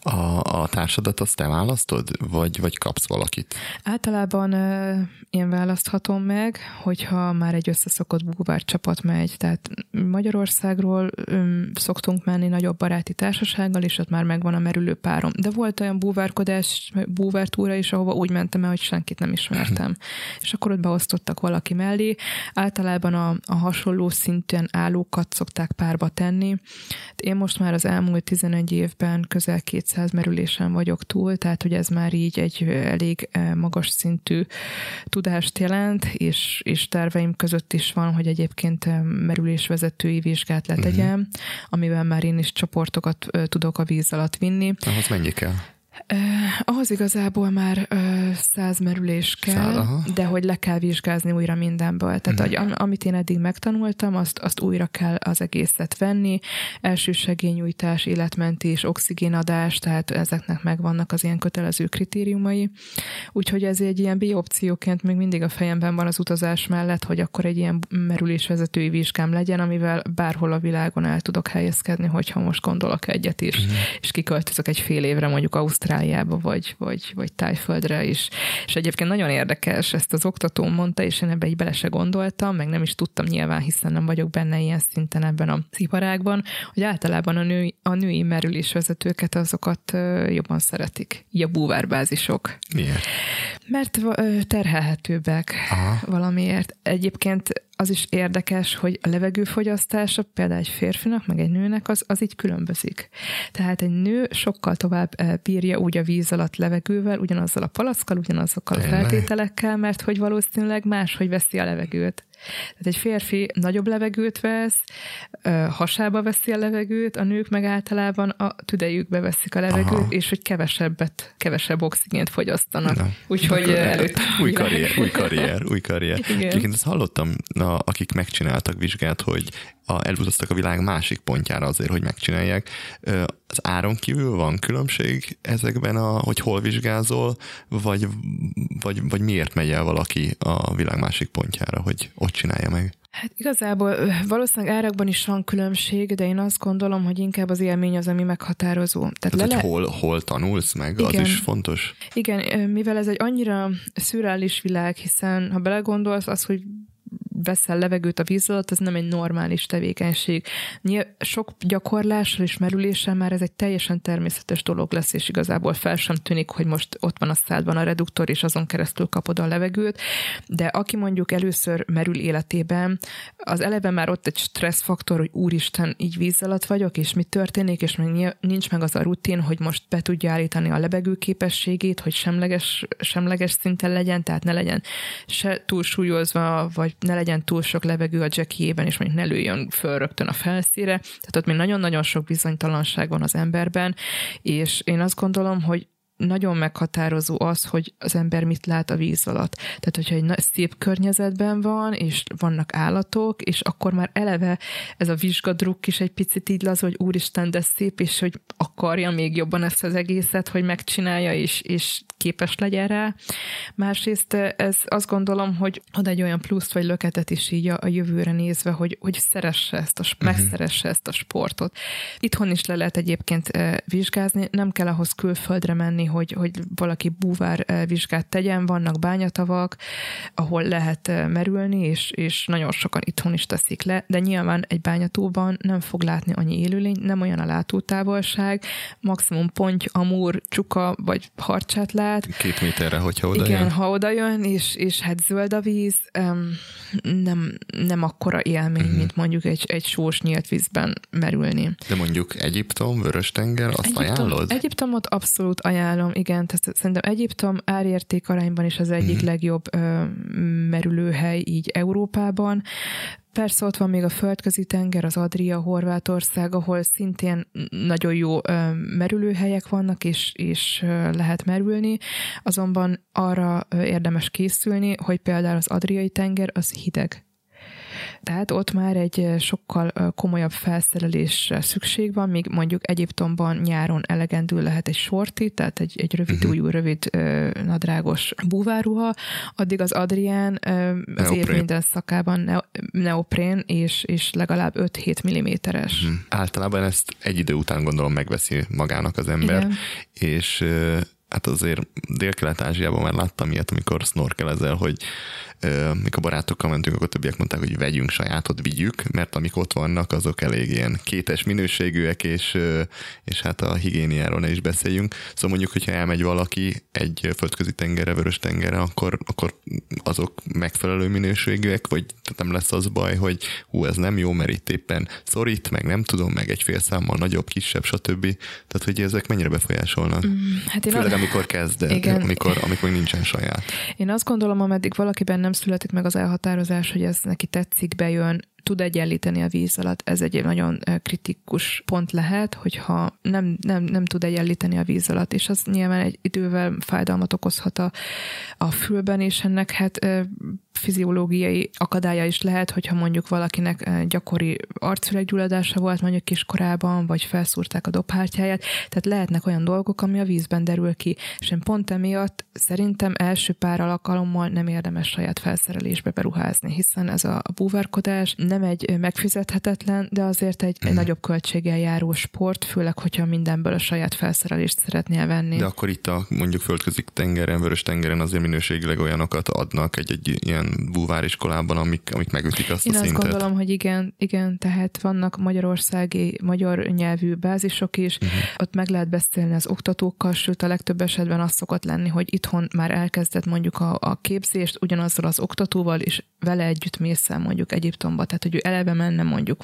A társadat azt te választod, vagy kapsz valakit? Általában én választhatom meg, hogyha már egy összeszokott búvárcsapat megy. Tehát Magyarországról szoktunk menni nagyobb baráti társasággal, és ott már megvan a merülő párom. De volt olyan búvártúra is, ahova úgy mentem el, hogy senkit nem ismertem. És akkor ott beosztottak valaki mellé. Általában a hasonló szinten állókat szokták párba tenni. Én most már az elmúlt 11 évben közel 200 merülésen vagyok túl, tehát hogy ez már így egy elég magas szintű tudást jelent, és terveim között is van, hogy egyébként merülésvezetői vizsgát letegyem, amivel már én is csoportokat tudok a víz alatt vinni. Ahhoz mennyi kell? Ahhoz igazából már 100 merülés kell, de hogy le kell vizsgázni újra mindenből. Tehát amit én eddig megtanultam, azt újra kell az egészet venni. Elsősegélynyújtás, életmentés, oxigénadás, tehát ezeknek megvannak az ilyen kötelező kritériumai. Úgyhogy ez egy ilyen B-opcióként még mindig a fejemben van az utazás mellett, hogy akkor egy ilyen merülésvezetői vizsgám legyen, amivel bárhol a világon el tudok helyezkedni, hogyha most gondolok egyet is, és kiköltözök egy fél évre mondjuk Ausztráliába, vagy Tájföldre is. És egyébként nagyon érdekes, ezt az oktatóm mondta, és én ebbe így bele se gondoltam, meg nem is tudtam nyilván, hiszen nem vagyok benne ilyen szinten ebben az iparágban, hogy általában a női merülésvezetőket azokat jobban szeretik, így a búvárbázisok. Miért? Mert terhelhetőbbek valamiért. Egyébként az is érdekes, hogy a levegőfogyasztása például egy férfinak, meg egy nőnek az így különbözik. Tehát egy nő sokkal tovább bírja úgy a víz alatt levegővel, ugyanazzal a palackkal, ugyanazokkal a feltételekkel, mert hogy valószínűleg máshogy veszi a levegőt. Tehát egy férfi nagyobb levegőt vesz, hasába veszi a levegőt, a nők meg általában a tüdejükbe veszik a levegőt, és hogy kevesebb oxigént fogyasztanak. Úgyhogy előtt... Új karrier. Egyébként ezt hallottam, akik megcsináltak vizsgát, hogy elutaztak a világ másik pontjára azért, hogy megcsinálják. Az áron kívül van különbség ezekben, hogy hol vizsgázol, vagy miért megy el valaki a világ másik pontjára, hogy ott csinálja meg? Hát igazából valószínűleg árakban is van különbség, de én azt gondolom, hogy inkább az élmény az, ami meghatározó. Tehát hogy hol tanulsz meg, igen, az is fontos? Igen, mivel ez egy annyira szürreális világ, hiszen ha belegondolsz, az, hogy veszel levegőt a víz alatt, ez nem egy normális tevékenység. Sok gyakorlással és merüléssel már ez egy teljesen természetes dolog lesz, és igazából fel sem tűnik, hogy most ott van a szádban a reduktor, és azon keresztül kapod a levegőt, de aki mondjuk először merül életében, az eleve már ott egy stresszfaktor, hogy úristen, így víz alatt vagyok, és mi történik, és még nincs meg az a rutin, hogy most be tudja állítani a levegő képességét, hogy semleges szinten legyen, tehát ne legyen se túlsúlyozva, vagy ne legyen túl sok levegő a jackiében, és mondjuk ne lőjön föl rögtön a felszíre. Tehát ott még nagyon-nagyon sok bizonytalanság van az emberben, és én azt gondolom, hogy nagyon meghatározó az, hogy az ember mit lát a víz alatt. Tehát, hogyha egy szép környezetben van, és vannak állatok, és akkor már eleve ez a vizsgadruk is egy picit így lazul, hogy úristen, de szép, és hogy akarja még jobban ezt az egészet, hogy megcsinálja, és képes legyen rá. Másrészt ez azt gondolom, hogy ad egy olyan pluszt vagy löketet is így a jövőre nézve, hogy szeresse ezt megszeresse ezt a sportot. Itthon is le lehet egyébként vizsgázni, nem kell ahhoz külföldre menni, hogy valaki búvár vizsgát tegyen, vannak bányatavak, ahol lehet merülni, és nagyon sokan itthon is teszik le, de nyilván egy bányatóban nem fog látni annyi élőlény, nem olyan a látótávolság, maximum ponty, amúr, csuka vagy harcsát lát. 2 méterre, hogyha oda igen, jön. ha oda jön, és hát zöld a víz, nem akkora élmény, mint mondjuk egy sós nyílt vízben merülni. De mondjuk Egyiptom, Vörös-tenger, azt ajánlod? Egyiptomot abszolút ajánlom, igen. Tehát szerintem Egyiptom árérték arányban is az egyik legjobb merülőhely így Európában. Persze ott van még a Földközi tenger, az Adria, Horvátország, ahol szintén nagyon jó merülőhelyek vannak, és lehet merülni, azonban arra érdemes készülni, hogy például az Adriai tenger az hideg. Tehát ott már egy sokkal komolyabb felszerelésre szükség van, míg mondjuk Egyiptomban nyáron elegendő lehet egy sorti, tehát egy rövid ujjú, rövid nadrágos búvárruha, addig az Adrián az év minden szakában neoprén, és legalább 5-7 mm-es. Általában ezt egy idő után gondolom megveszi magának az ember, igen. És hát azért Dél-Kelet-Ázsiában már láttam ilyet, amikor snorkelezel, hogy mikor barátokkal mentünk, akkor többiek mondták, hogy vegyünk sajátot, vigyük, mert amik ott vannak, azok elég ilyen kétes minőségűek, és hát a higiéniáról ne is beszéljünk. Szóval mondjuk, hogyha elmegy valaki egy Földközi tengerre, Vörös tengerre, akkor azok megfelelő minőségűek, vagy nem lesz az baj, hogy ez nem jó, mert itt éppen szorít, meg nem tudom, meg egy fél számmal nagyobb, kisebb, stb. Tehát, hogy ezek mennyire befolyásolnak? Hát főleg amikor kezded, amikor nincsen saját. Én azt gondolom, ameddig valakiben nem születik meg az elhatározás, hogy ez neki tetszik, bejön, tud egyenlíteni a víz alatt. Ez egy nagyon kritikus pont lehet, hogyha nem tud egyenlíteni a víz alatt, és az nyilván egy idővel fájdalmat okozhat a fülben, és ennek hát fiziológiai akadálya is lehet, hogyha mondjuk valakinek gyakori arcüreggyulladása volt mondjuk kiskorában, vagy felszúrták a dobhártyáját, tehát lehetnek olyan dolgok, ami a vízben derül ki, és én pont emiatt szerintem első pár alkalommal nem érdemes saját felszerelésbe beruházni, hiszen ez a búvárkodás nem egy megfizethetetlen, de azért egy nagyobb költséggel járó sport, főleg, hogyha mindenből a saját felszerelést szeretnél venni. De akkor itt a mondjuk földközi tengeren, vörös tengeren azért minőségileg olyanokat adnak egy ilyen búváriskolában, amik megütik azt a szintet. Én azt gondolom, hogy igen, tehát vannak magyarországi, magyar nyelvű bázisok is, ott meg lehet beszélni az oktatókkal, sőt a legtöbb esetben az szokott lenni, hogy itthon már elkezdett mondjuk a képzést ugyanazzal az oktatóval, és vele együtt mész el mondjuk Egyiptomba, tehát hogy ő eleve menne mondjuk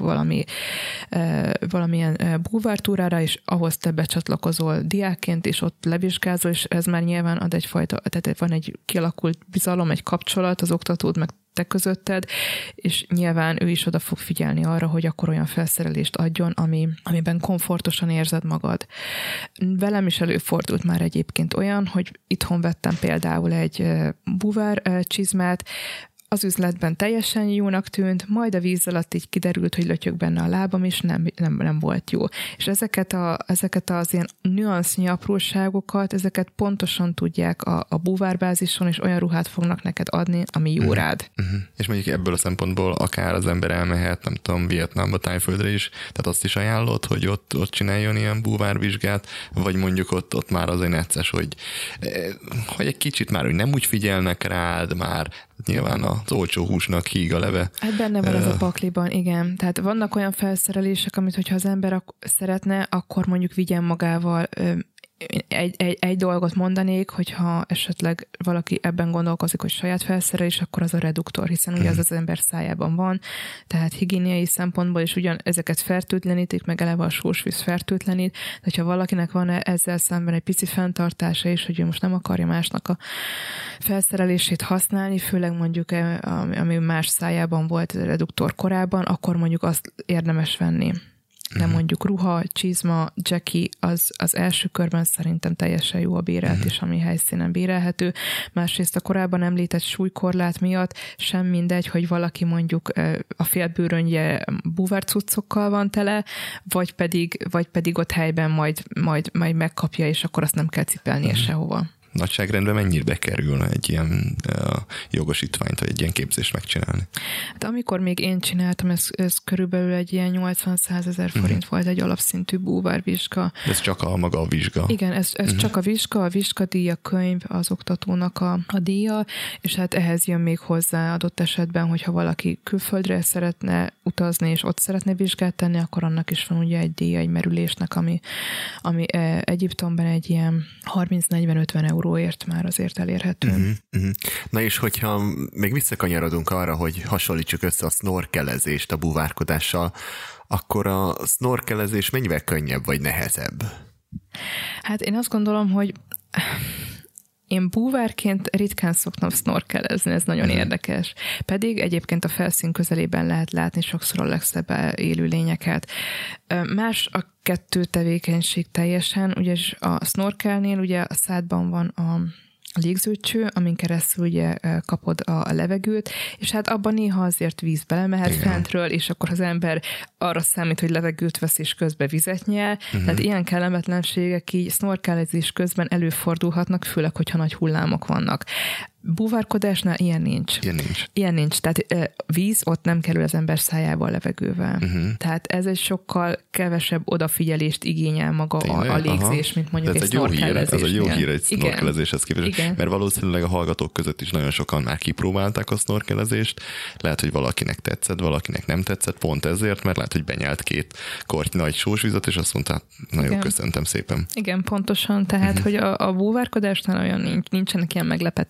valamilyen búvártúrára, és ahhoz te becsatlakozol diákként, és ott levizsgázol, és ez már nyilván ad egyfajta, tehát van egy kialakult bizalom, egy kapcsolat az oktatód meg te közötted, és nyilván ő is oda fog figyelni arra, hogy akkor olyan felszerelést adjon, amiben komfortosan érzed magad. Velem is előfordult már egyébként olyan, hogy itthon vettem például egy búvár csizmát, az üzletben teljesen jónak tűnt, majd a víz alatt így kiderült, hogy lötyög benne a lábam, és nem volt jó. És ezeket az ilyen nüansznyi apróságokat, ezeket pontosan tudják a búvárbázison, és olyan ruhát fognak neked adni, ami jó rád. És mondjuk ebből a szempontból akár az ember elmehet, nem tudom, Vietnámba, Tájföldre is, tehát azt is ajánlott, hogy ott csináljon ilyen búvárvizsgát, vagy mondjuk ott már azért necces, hogy egy kicsit már hogy nem úgy figyelnek rád, már nyilván az olcsó húsnak híg a leve. Hát benne van ez a pakliban, igen. Tehát vannak olyan felszerelések, amit hogyha az ember szeretne, akkor mondjuk vigyen magával. Egy dolgot mondanék, hogyha esetleg valaki ebben gondolkozik, hogy saját felszerelés, akkor az a reduktor, hiszen ugye az ember szájában van, tehát higiéniai szempontból is ugyan ezeket fertőtlenítik, meg eleve a sós víz fertőtlenít, de hogyha valakinek van ezzel szemben egy pici fenntartása is, hogy ő most nem akarja másnak a felszerelését használni, főleg mondjuk ami más szájában volt a reduktor korábban, akkor mondjuk azt érdemes venni. De mondjuk ruha, csizma, jackie, az első körben szerintem teljesen jó a bérelt, és ami helyszínen bérelhető. Másrészt a korábban említett súlykorlát miatt sem mindegy, hogy valaki mondjuk a félbőröngye búvárcuccokkal van tele, vagy pedig ott helyben majd megkapja, és akkor azt nem kell cipelnie sehova. Nagyságrendben mennyire kerülne egy ilyen jogosítványt, vagy egy ilyen képzést megcsinálni? Hát amikor még én csináltam, ez körülbelül egy ilyen 80-100 ezer forint volt egy alapszintű búvárvizsga. Ez csak maga a vizsga? Igen, ez csak a vizsgadíj, könyv, az oktatónak a díja, és hát ehhez jön még hozzá adott esetben, hogyha valaki külföldre szeretne utazni, és ott szeretne vizsgát tenni, akkor annak is van ugye egy díja, egy merülésnek, ami Egyiptomban egy ilyen 30-40-50 euróért már azért elérhető. Na és hogyha még visszakanyarodunk arra, hogy hasonlítsuk össze a snorkelezést a búvárkodással, akkor a snorkelezés mennyivel könnyebb vagy nehezebb? Hát én azt gondolom, hogy én búvárként ritkán szoktam snorkelezni, ez nagyon érdekes. Pedig egyébként a felszín közelében lehet látni sokszor a legszebb élőlényeket. Más a kettő tevékenység teljesen, ugye a snorkelnél ugye a szádban van a légzőcső, amin keresztül ugye kapod a levegőt, és hát abban néha azért víz belemehet fentről, és akkor az ember arra számít, hogy levegőt vesz, és közben vizet nyel. Tehát ilyen kellemetlenségek így snorkelezés közben előfordulhatnak, főleg, hogyha nagy hullámok vannak. Búvárkodásnál ilyen nincs. Ilyen nincs. Tehát víz ott nem kerül az ember szájába a levegővel. Tehát ez egy sokkal kevesebb odafigyelést igényel maga a légzés, mint mondjuk egy snorkelezésnél. Ez egy jó hír egy snorkelezéshez képest. Mert valószínűleg a hallgatók között is nagyon sokan már kipróbálták a snorkelezést. Lehet, hogy valakinek tetszett, valakinek nem tetszett, pont ezért, mert lehet, hogy benyelt 2 korty nagy sósvizet, és azt mondta, nagyon köszöntem szépen. Igen, pontosan. Tehát, hogy a búvárkodásnál olyan nincsenek ilyen meglepetések,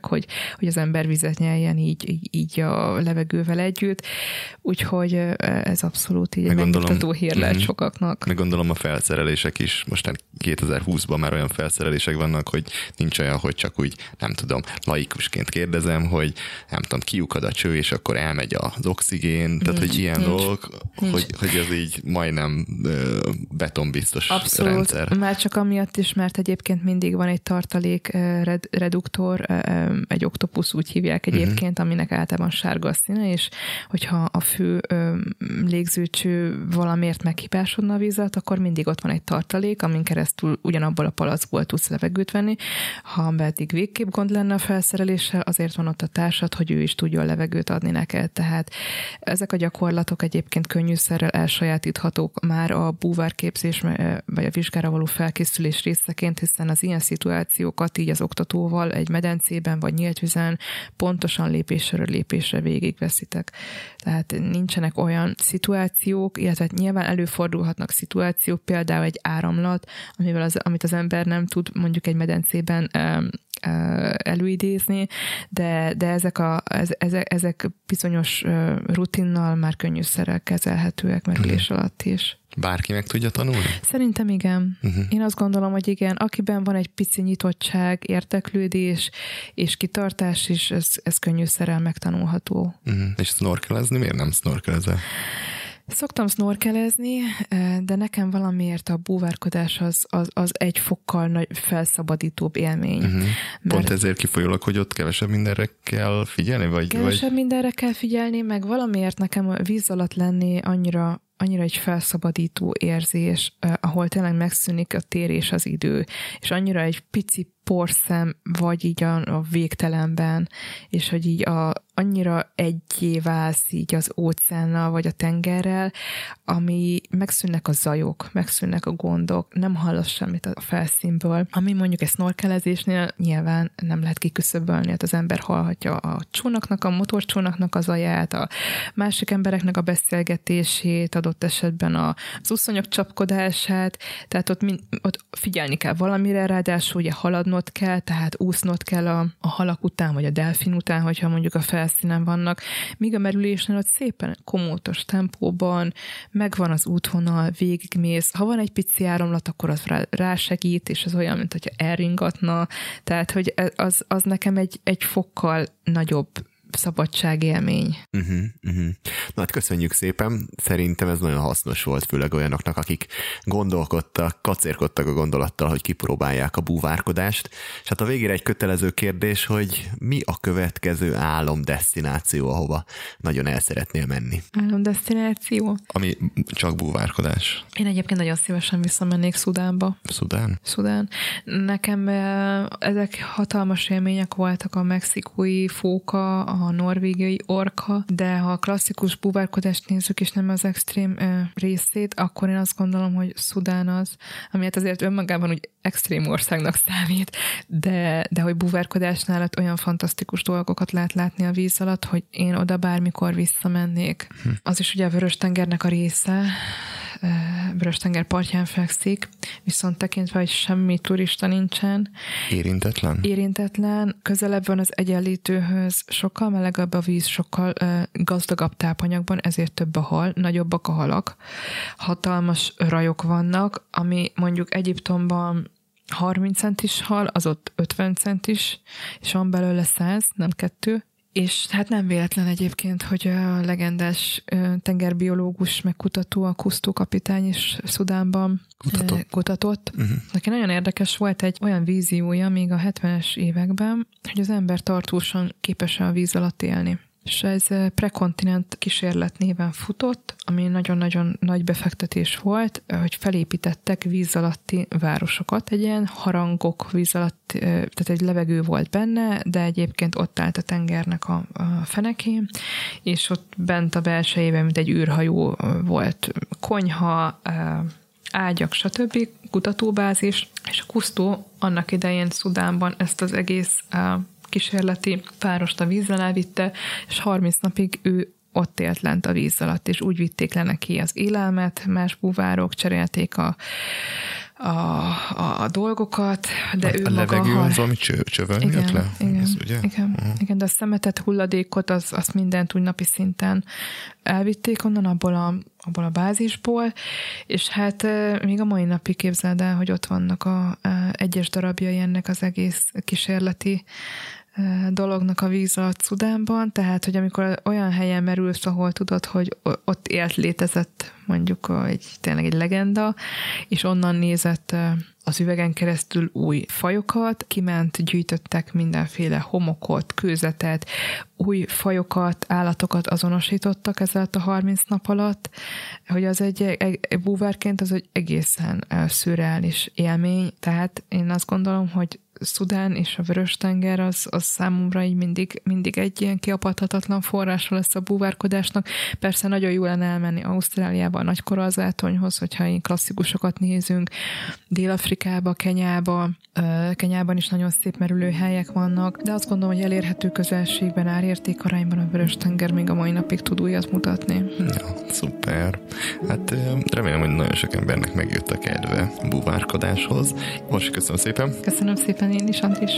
hogy az ember vizet nyeljen így a levegővel együtt. Úgyhogy ez abszolút így egy megnyugtató hír lehet sokaknak. Meg gondolom a felszerelések is, most 2020-ban már olyan felszerelések vannak, hogy nincs olyan, hogy csak úgy, nem tudom, laikusként kérdezem, hogy nem tudom, kiukad a cső, és akkor elmegy az oxigén, tehát hogy ilyen dolgok, hogy ez így majdnem betonbiztos abszolút, rendszer. Már csak amiatt is, mert egyébként mindig van egy tartalék reduktor, egy oktopusz úgy hívják egyébként, aminek általában sárga a színe, és hogyha a fő légzőcső valamiért meghibásodna a vízat, akkor mindig ott van egy tartalék, amin keresztül ugyanabból a palackból tudsz levegőt venni. Ha pedig végképp gond lenne a felszereléssel, azért van ott a társad, hogy ő is tudjon levegőt adni neked. Tehát ezek a gyakorlatok egyébként könnyűszerrel elsajátíthatók már a búvárképzés vagy a vizsgára való felkészülés részeként, hiszen az ilyen szituációkat így az oktatóval egy medencében vagy nyílt vizen pontosan lépésről lépésre végigveszitek. Tehát nincsenek olyan szituációk, illetve nyilván előfordulhatnak szituációk, például egy áramlat, amit az ember nem tud mondjuk egy medencében előidézni, de ezek bizonyos rutinnal már könnyűszerrel kezelhetőek merülés alatt is. Bárki meg tudja tanulni? Szerintem igen. Én azt gondolom, hogy igen. Akiben van egy pici nyitottság, érdeklődés és kitartás is, ez könnyűszerrel megtanulható. És snorkelezni? Miért nem snorkelezel? Szoktam snorkelezni, de nekem valamiért a búvárkodás az egy fokkal felszabadítóbb élmény. Pont ezért kifolyólag, hogy ott kevesebb mindenre kell figyelni? Vagy mindenre kell figyelni, meg valamiért nekem a víz alatt lenni annyira egy felszabadító érzés, ahol tényleg megszűnik a tér és az idő, és annyira egy pici porszem vagy így a végtelenben, és hogy így annyira egyé válsz így az óceánnal vagy a tengerrel, ami megszűnnek a zajok, megszűnnek a gondok, nem hallasz semmit a felszínből, ami mondjuk egy snorkelezésnél nyilván nem lehet kiküszöbölni, hát az ember hallhatja a csónaknak, a motorcsónaknak a zaját, a másik embereknek a beszélgetését, adott esetben az uszonyok csapkodását, tehát ott figyelni kell valamire, ráadásul ugye haladnod kell, tehát úsznod kell a halak után, vagy a delfin után, hogyha mondjuk a felszínen vannak, míg a merülésnél ott szépen komótos tempóban, megvan az útvonal, végigmész. Ha van egy pici áramlat, akkor az rásegít, és az olyan, mint hogyha elringatna, tehát hogy az nekem egy fokkal nagyobb szabadságélmény. Na hát köszönjük szépen, szerintem ez nagyon hasznos volt, főleg olyanoknak, akik gondolkodtak, kacérkodtak a gondolattal, hogy kipróbálják a búvárkodást, és hát a végére egy kötelező kérdés, hogy mi a következő álomdesztináció, ahova nagyon el szeretnél menni? Álomdesztináció? Ami csak búvárkodás. Én egyébként nagyon szívesen visszamennék Szudánba. Szudán. Nekem ezek hatalmas élmények voltak, a mexikói fóka, a norvégiai orka, de ha a klasszikus búvárkodást nézzük, és nem az extrém részét, akkor én azt gondolom, hogy Szudán az, amiért azért önmagában úgy extrém országnak számít, de hogy búvárkodásnál olyan fantasztikus dolgokat lehet látni a víz alatt, hogy én oda bármikor visszamennék. Az is ugye a Vörös-tengernek a része, Vörös-tenger partján viszont tekintve, hogy semmi turista nincsen. Érintetlen, közelebb van az Egyenlítőhöz, sokkal melegebb a víz, sokkal gazdagabb tápanyagban, ezért több a hal, nagyobbak a halak, hatalmas rajok vannak, ami mondjuk Egyiptomban 30 centis hal, az ott 50 centis, és van belőle 100, nem 2. És hát nem véletlen egyébként, hogy a legendás tengerbiológus megkutató, a Cousteau kapitány is Szudánban kutatott. Neki nagyon érdekes volt egy olyan víziója még a 70-es években, hogy az ember tartósan képes a víz alatt élni. És ez prekontinent kísérlet néven futott, ami nagyon-nagyon nagy befektetés volt, hogy felépítettek víz alatti városokat. Egy ilyen harangok víz alatt, tehát egy levegő volt benne, de egyébként ott állt a tengernek a fenekén, és ott bent a belsejében, mint egy űrhajó volt konyha, ágyak, stb. Kutatóbázis, és a Cousteau annak idején Szudánban ezt az egész kísérleti párost a víz alá vitte, és 30 napig ő ott élt lent a víz alatt, és úgy vitték le neki az élelmet, más búvárok cserélték a dolgokat, de ő a maga... levegő az valami csövön jött le? Igen, de a szemetet, hulladékot, azt mindent úgy napi szinten elvitték onnan, abból a bázisból, és hát még a mai napig képzeld el, hogy ott vannak egyes darabjai ennek az egész kísérleti dolognak a víz alatt Szudánban, tehát, hogy amikor olyan helyen merülsz, ahol tudod, hogy ott létezett mondjuk tényleg egy legenda, és onnan nézett az üvegen keresztül új fajokat, kiment, gyűjtöttek mindenféle homokot, kőzetet, új fajokat, állatokat azonosítottak ezzel a 30 nap alatt, hogy az egy búvárként az egy egészen szürreális élmény, tehát én azt gondolom, hogy Szudán és a Vörös-tenger az számomra így mindig egy ilyen kiapadhatatlan forrása lesz a búvárkodásnak. Persze nagyon jó lenne elmenni Ausztráliába, a nagy korallzátonyhoz, hogyha ilyen klasszikusokat nézünk, Dél-Afrikába, Kenyában is nagyon szép merülőhelyek vannak, de azt gondolom, hogy elérhető közelségben, árértékarányban a Vörös-tenger még a mai napig tud újat mutatni. Ja, szuper. Hát remélem, hogy nagyon sok embernek megjött a kedve a búvárkodáshoz. Most köszönöm szépen. Köszönöm szépen én is, Andris.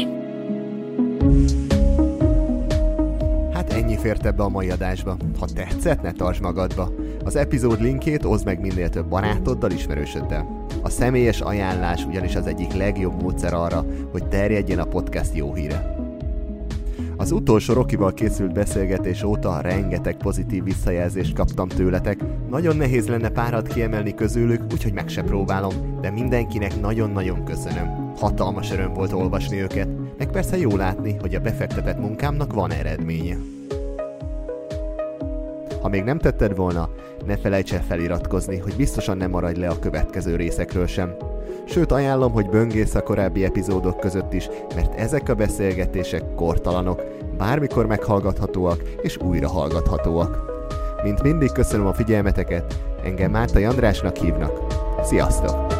Hát ennyi fért ebbe a mai adásba. Ha tetszett, ne tartsd magadba. Az epizód linkjét oszd meg minél több barátoddal, ismerősöddel. A személyes ajánlás ugyanis az egyik legjobb módszer arra, hogy terjedjen a podcast jó híre. Az utolsó Rockyval készült beszélgetés óta rengeteg pozitív visszajelzést kaptam tőletek. Nagyon nehéz lenne párat kiemelni közülük, úgyhogy meg se próbálom, de mindenkinek nagyon-nagyon köszönöm. Hatalmas öröm volt olvasni őket, meg persze jó látni, hogy a befektetett munkámnak van eredménye. Ha még nem tetted volna, ne felejts el feliratkozni, hogy biztosan nem maradj le a következő részekről sem. Sőt, ajánlom, hogy böngész a korábbi epizódok között is, mert ezek a beszélgetések kortalanok, bármikor meghallgathatóak és újra hallgathatóak. Mint mindig köszönöm a figyelmeteket, engem Mártai Andrásnak hívnak. Sziasztok!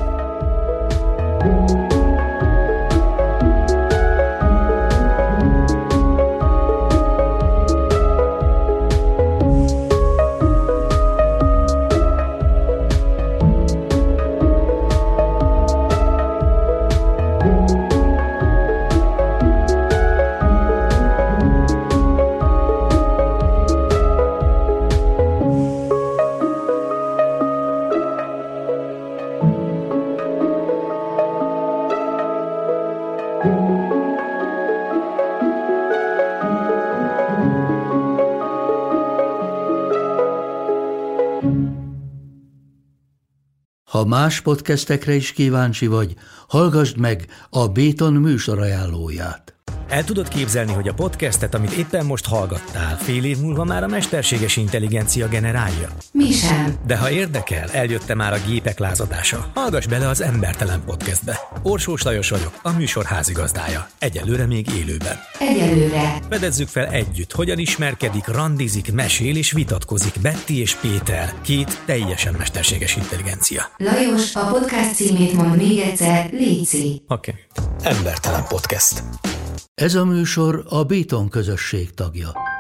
Ha más podcastekre is kíváncsi vagy, hallgassd meg a Béton műsor ajánlóját. El tudod képzelni, hogy a podcastet, amit éppen most hallgattál, fél év múlva már a mesterséges intelligencia generálja? Mi sem. De ha érdekel, eljött már a gépek lázadása. Hallgass bele az Embertelen Podcastbe. Orsós Lajos vagyok, a műsor házigazdája. Egyelőre még élőben. Egyelőre. Fedezzük fel együtt, hogyan ismerkedik, randizik, mesél és vitatkozik Betty és Péter, két teljesen mesterséges intelligencia. Lajos, a podcast címét mond még egyszer, léci. Oké. Embertelen Podcast. Ez a műsor a Béton közösség tagja.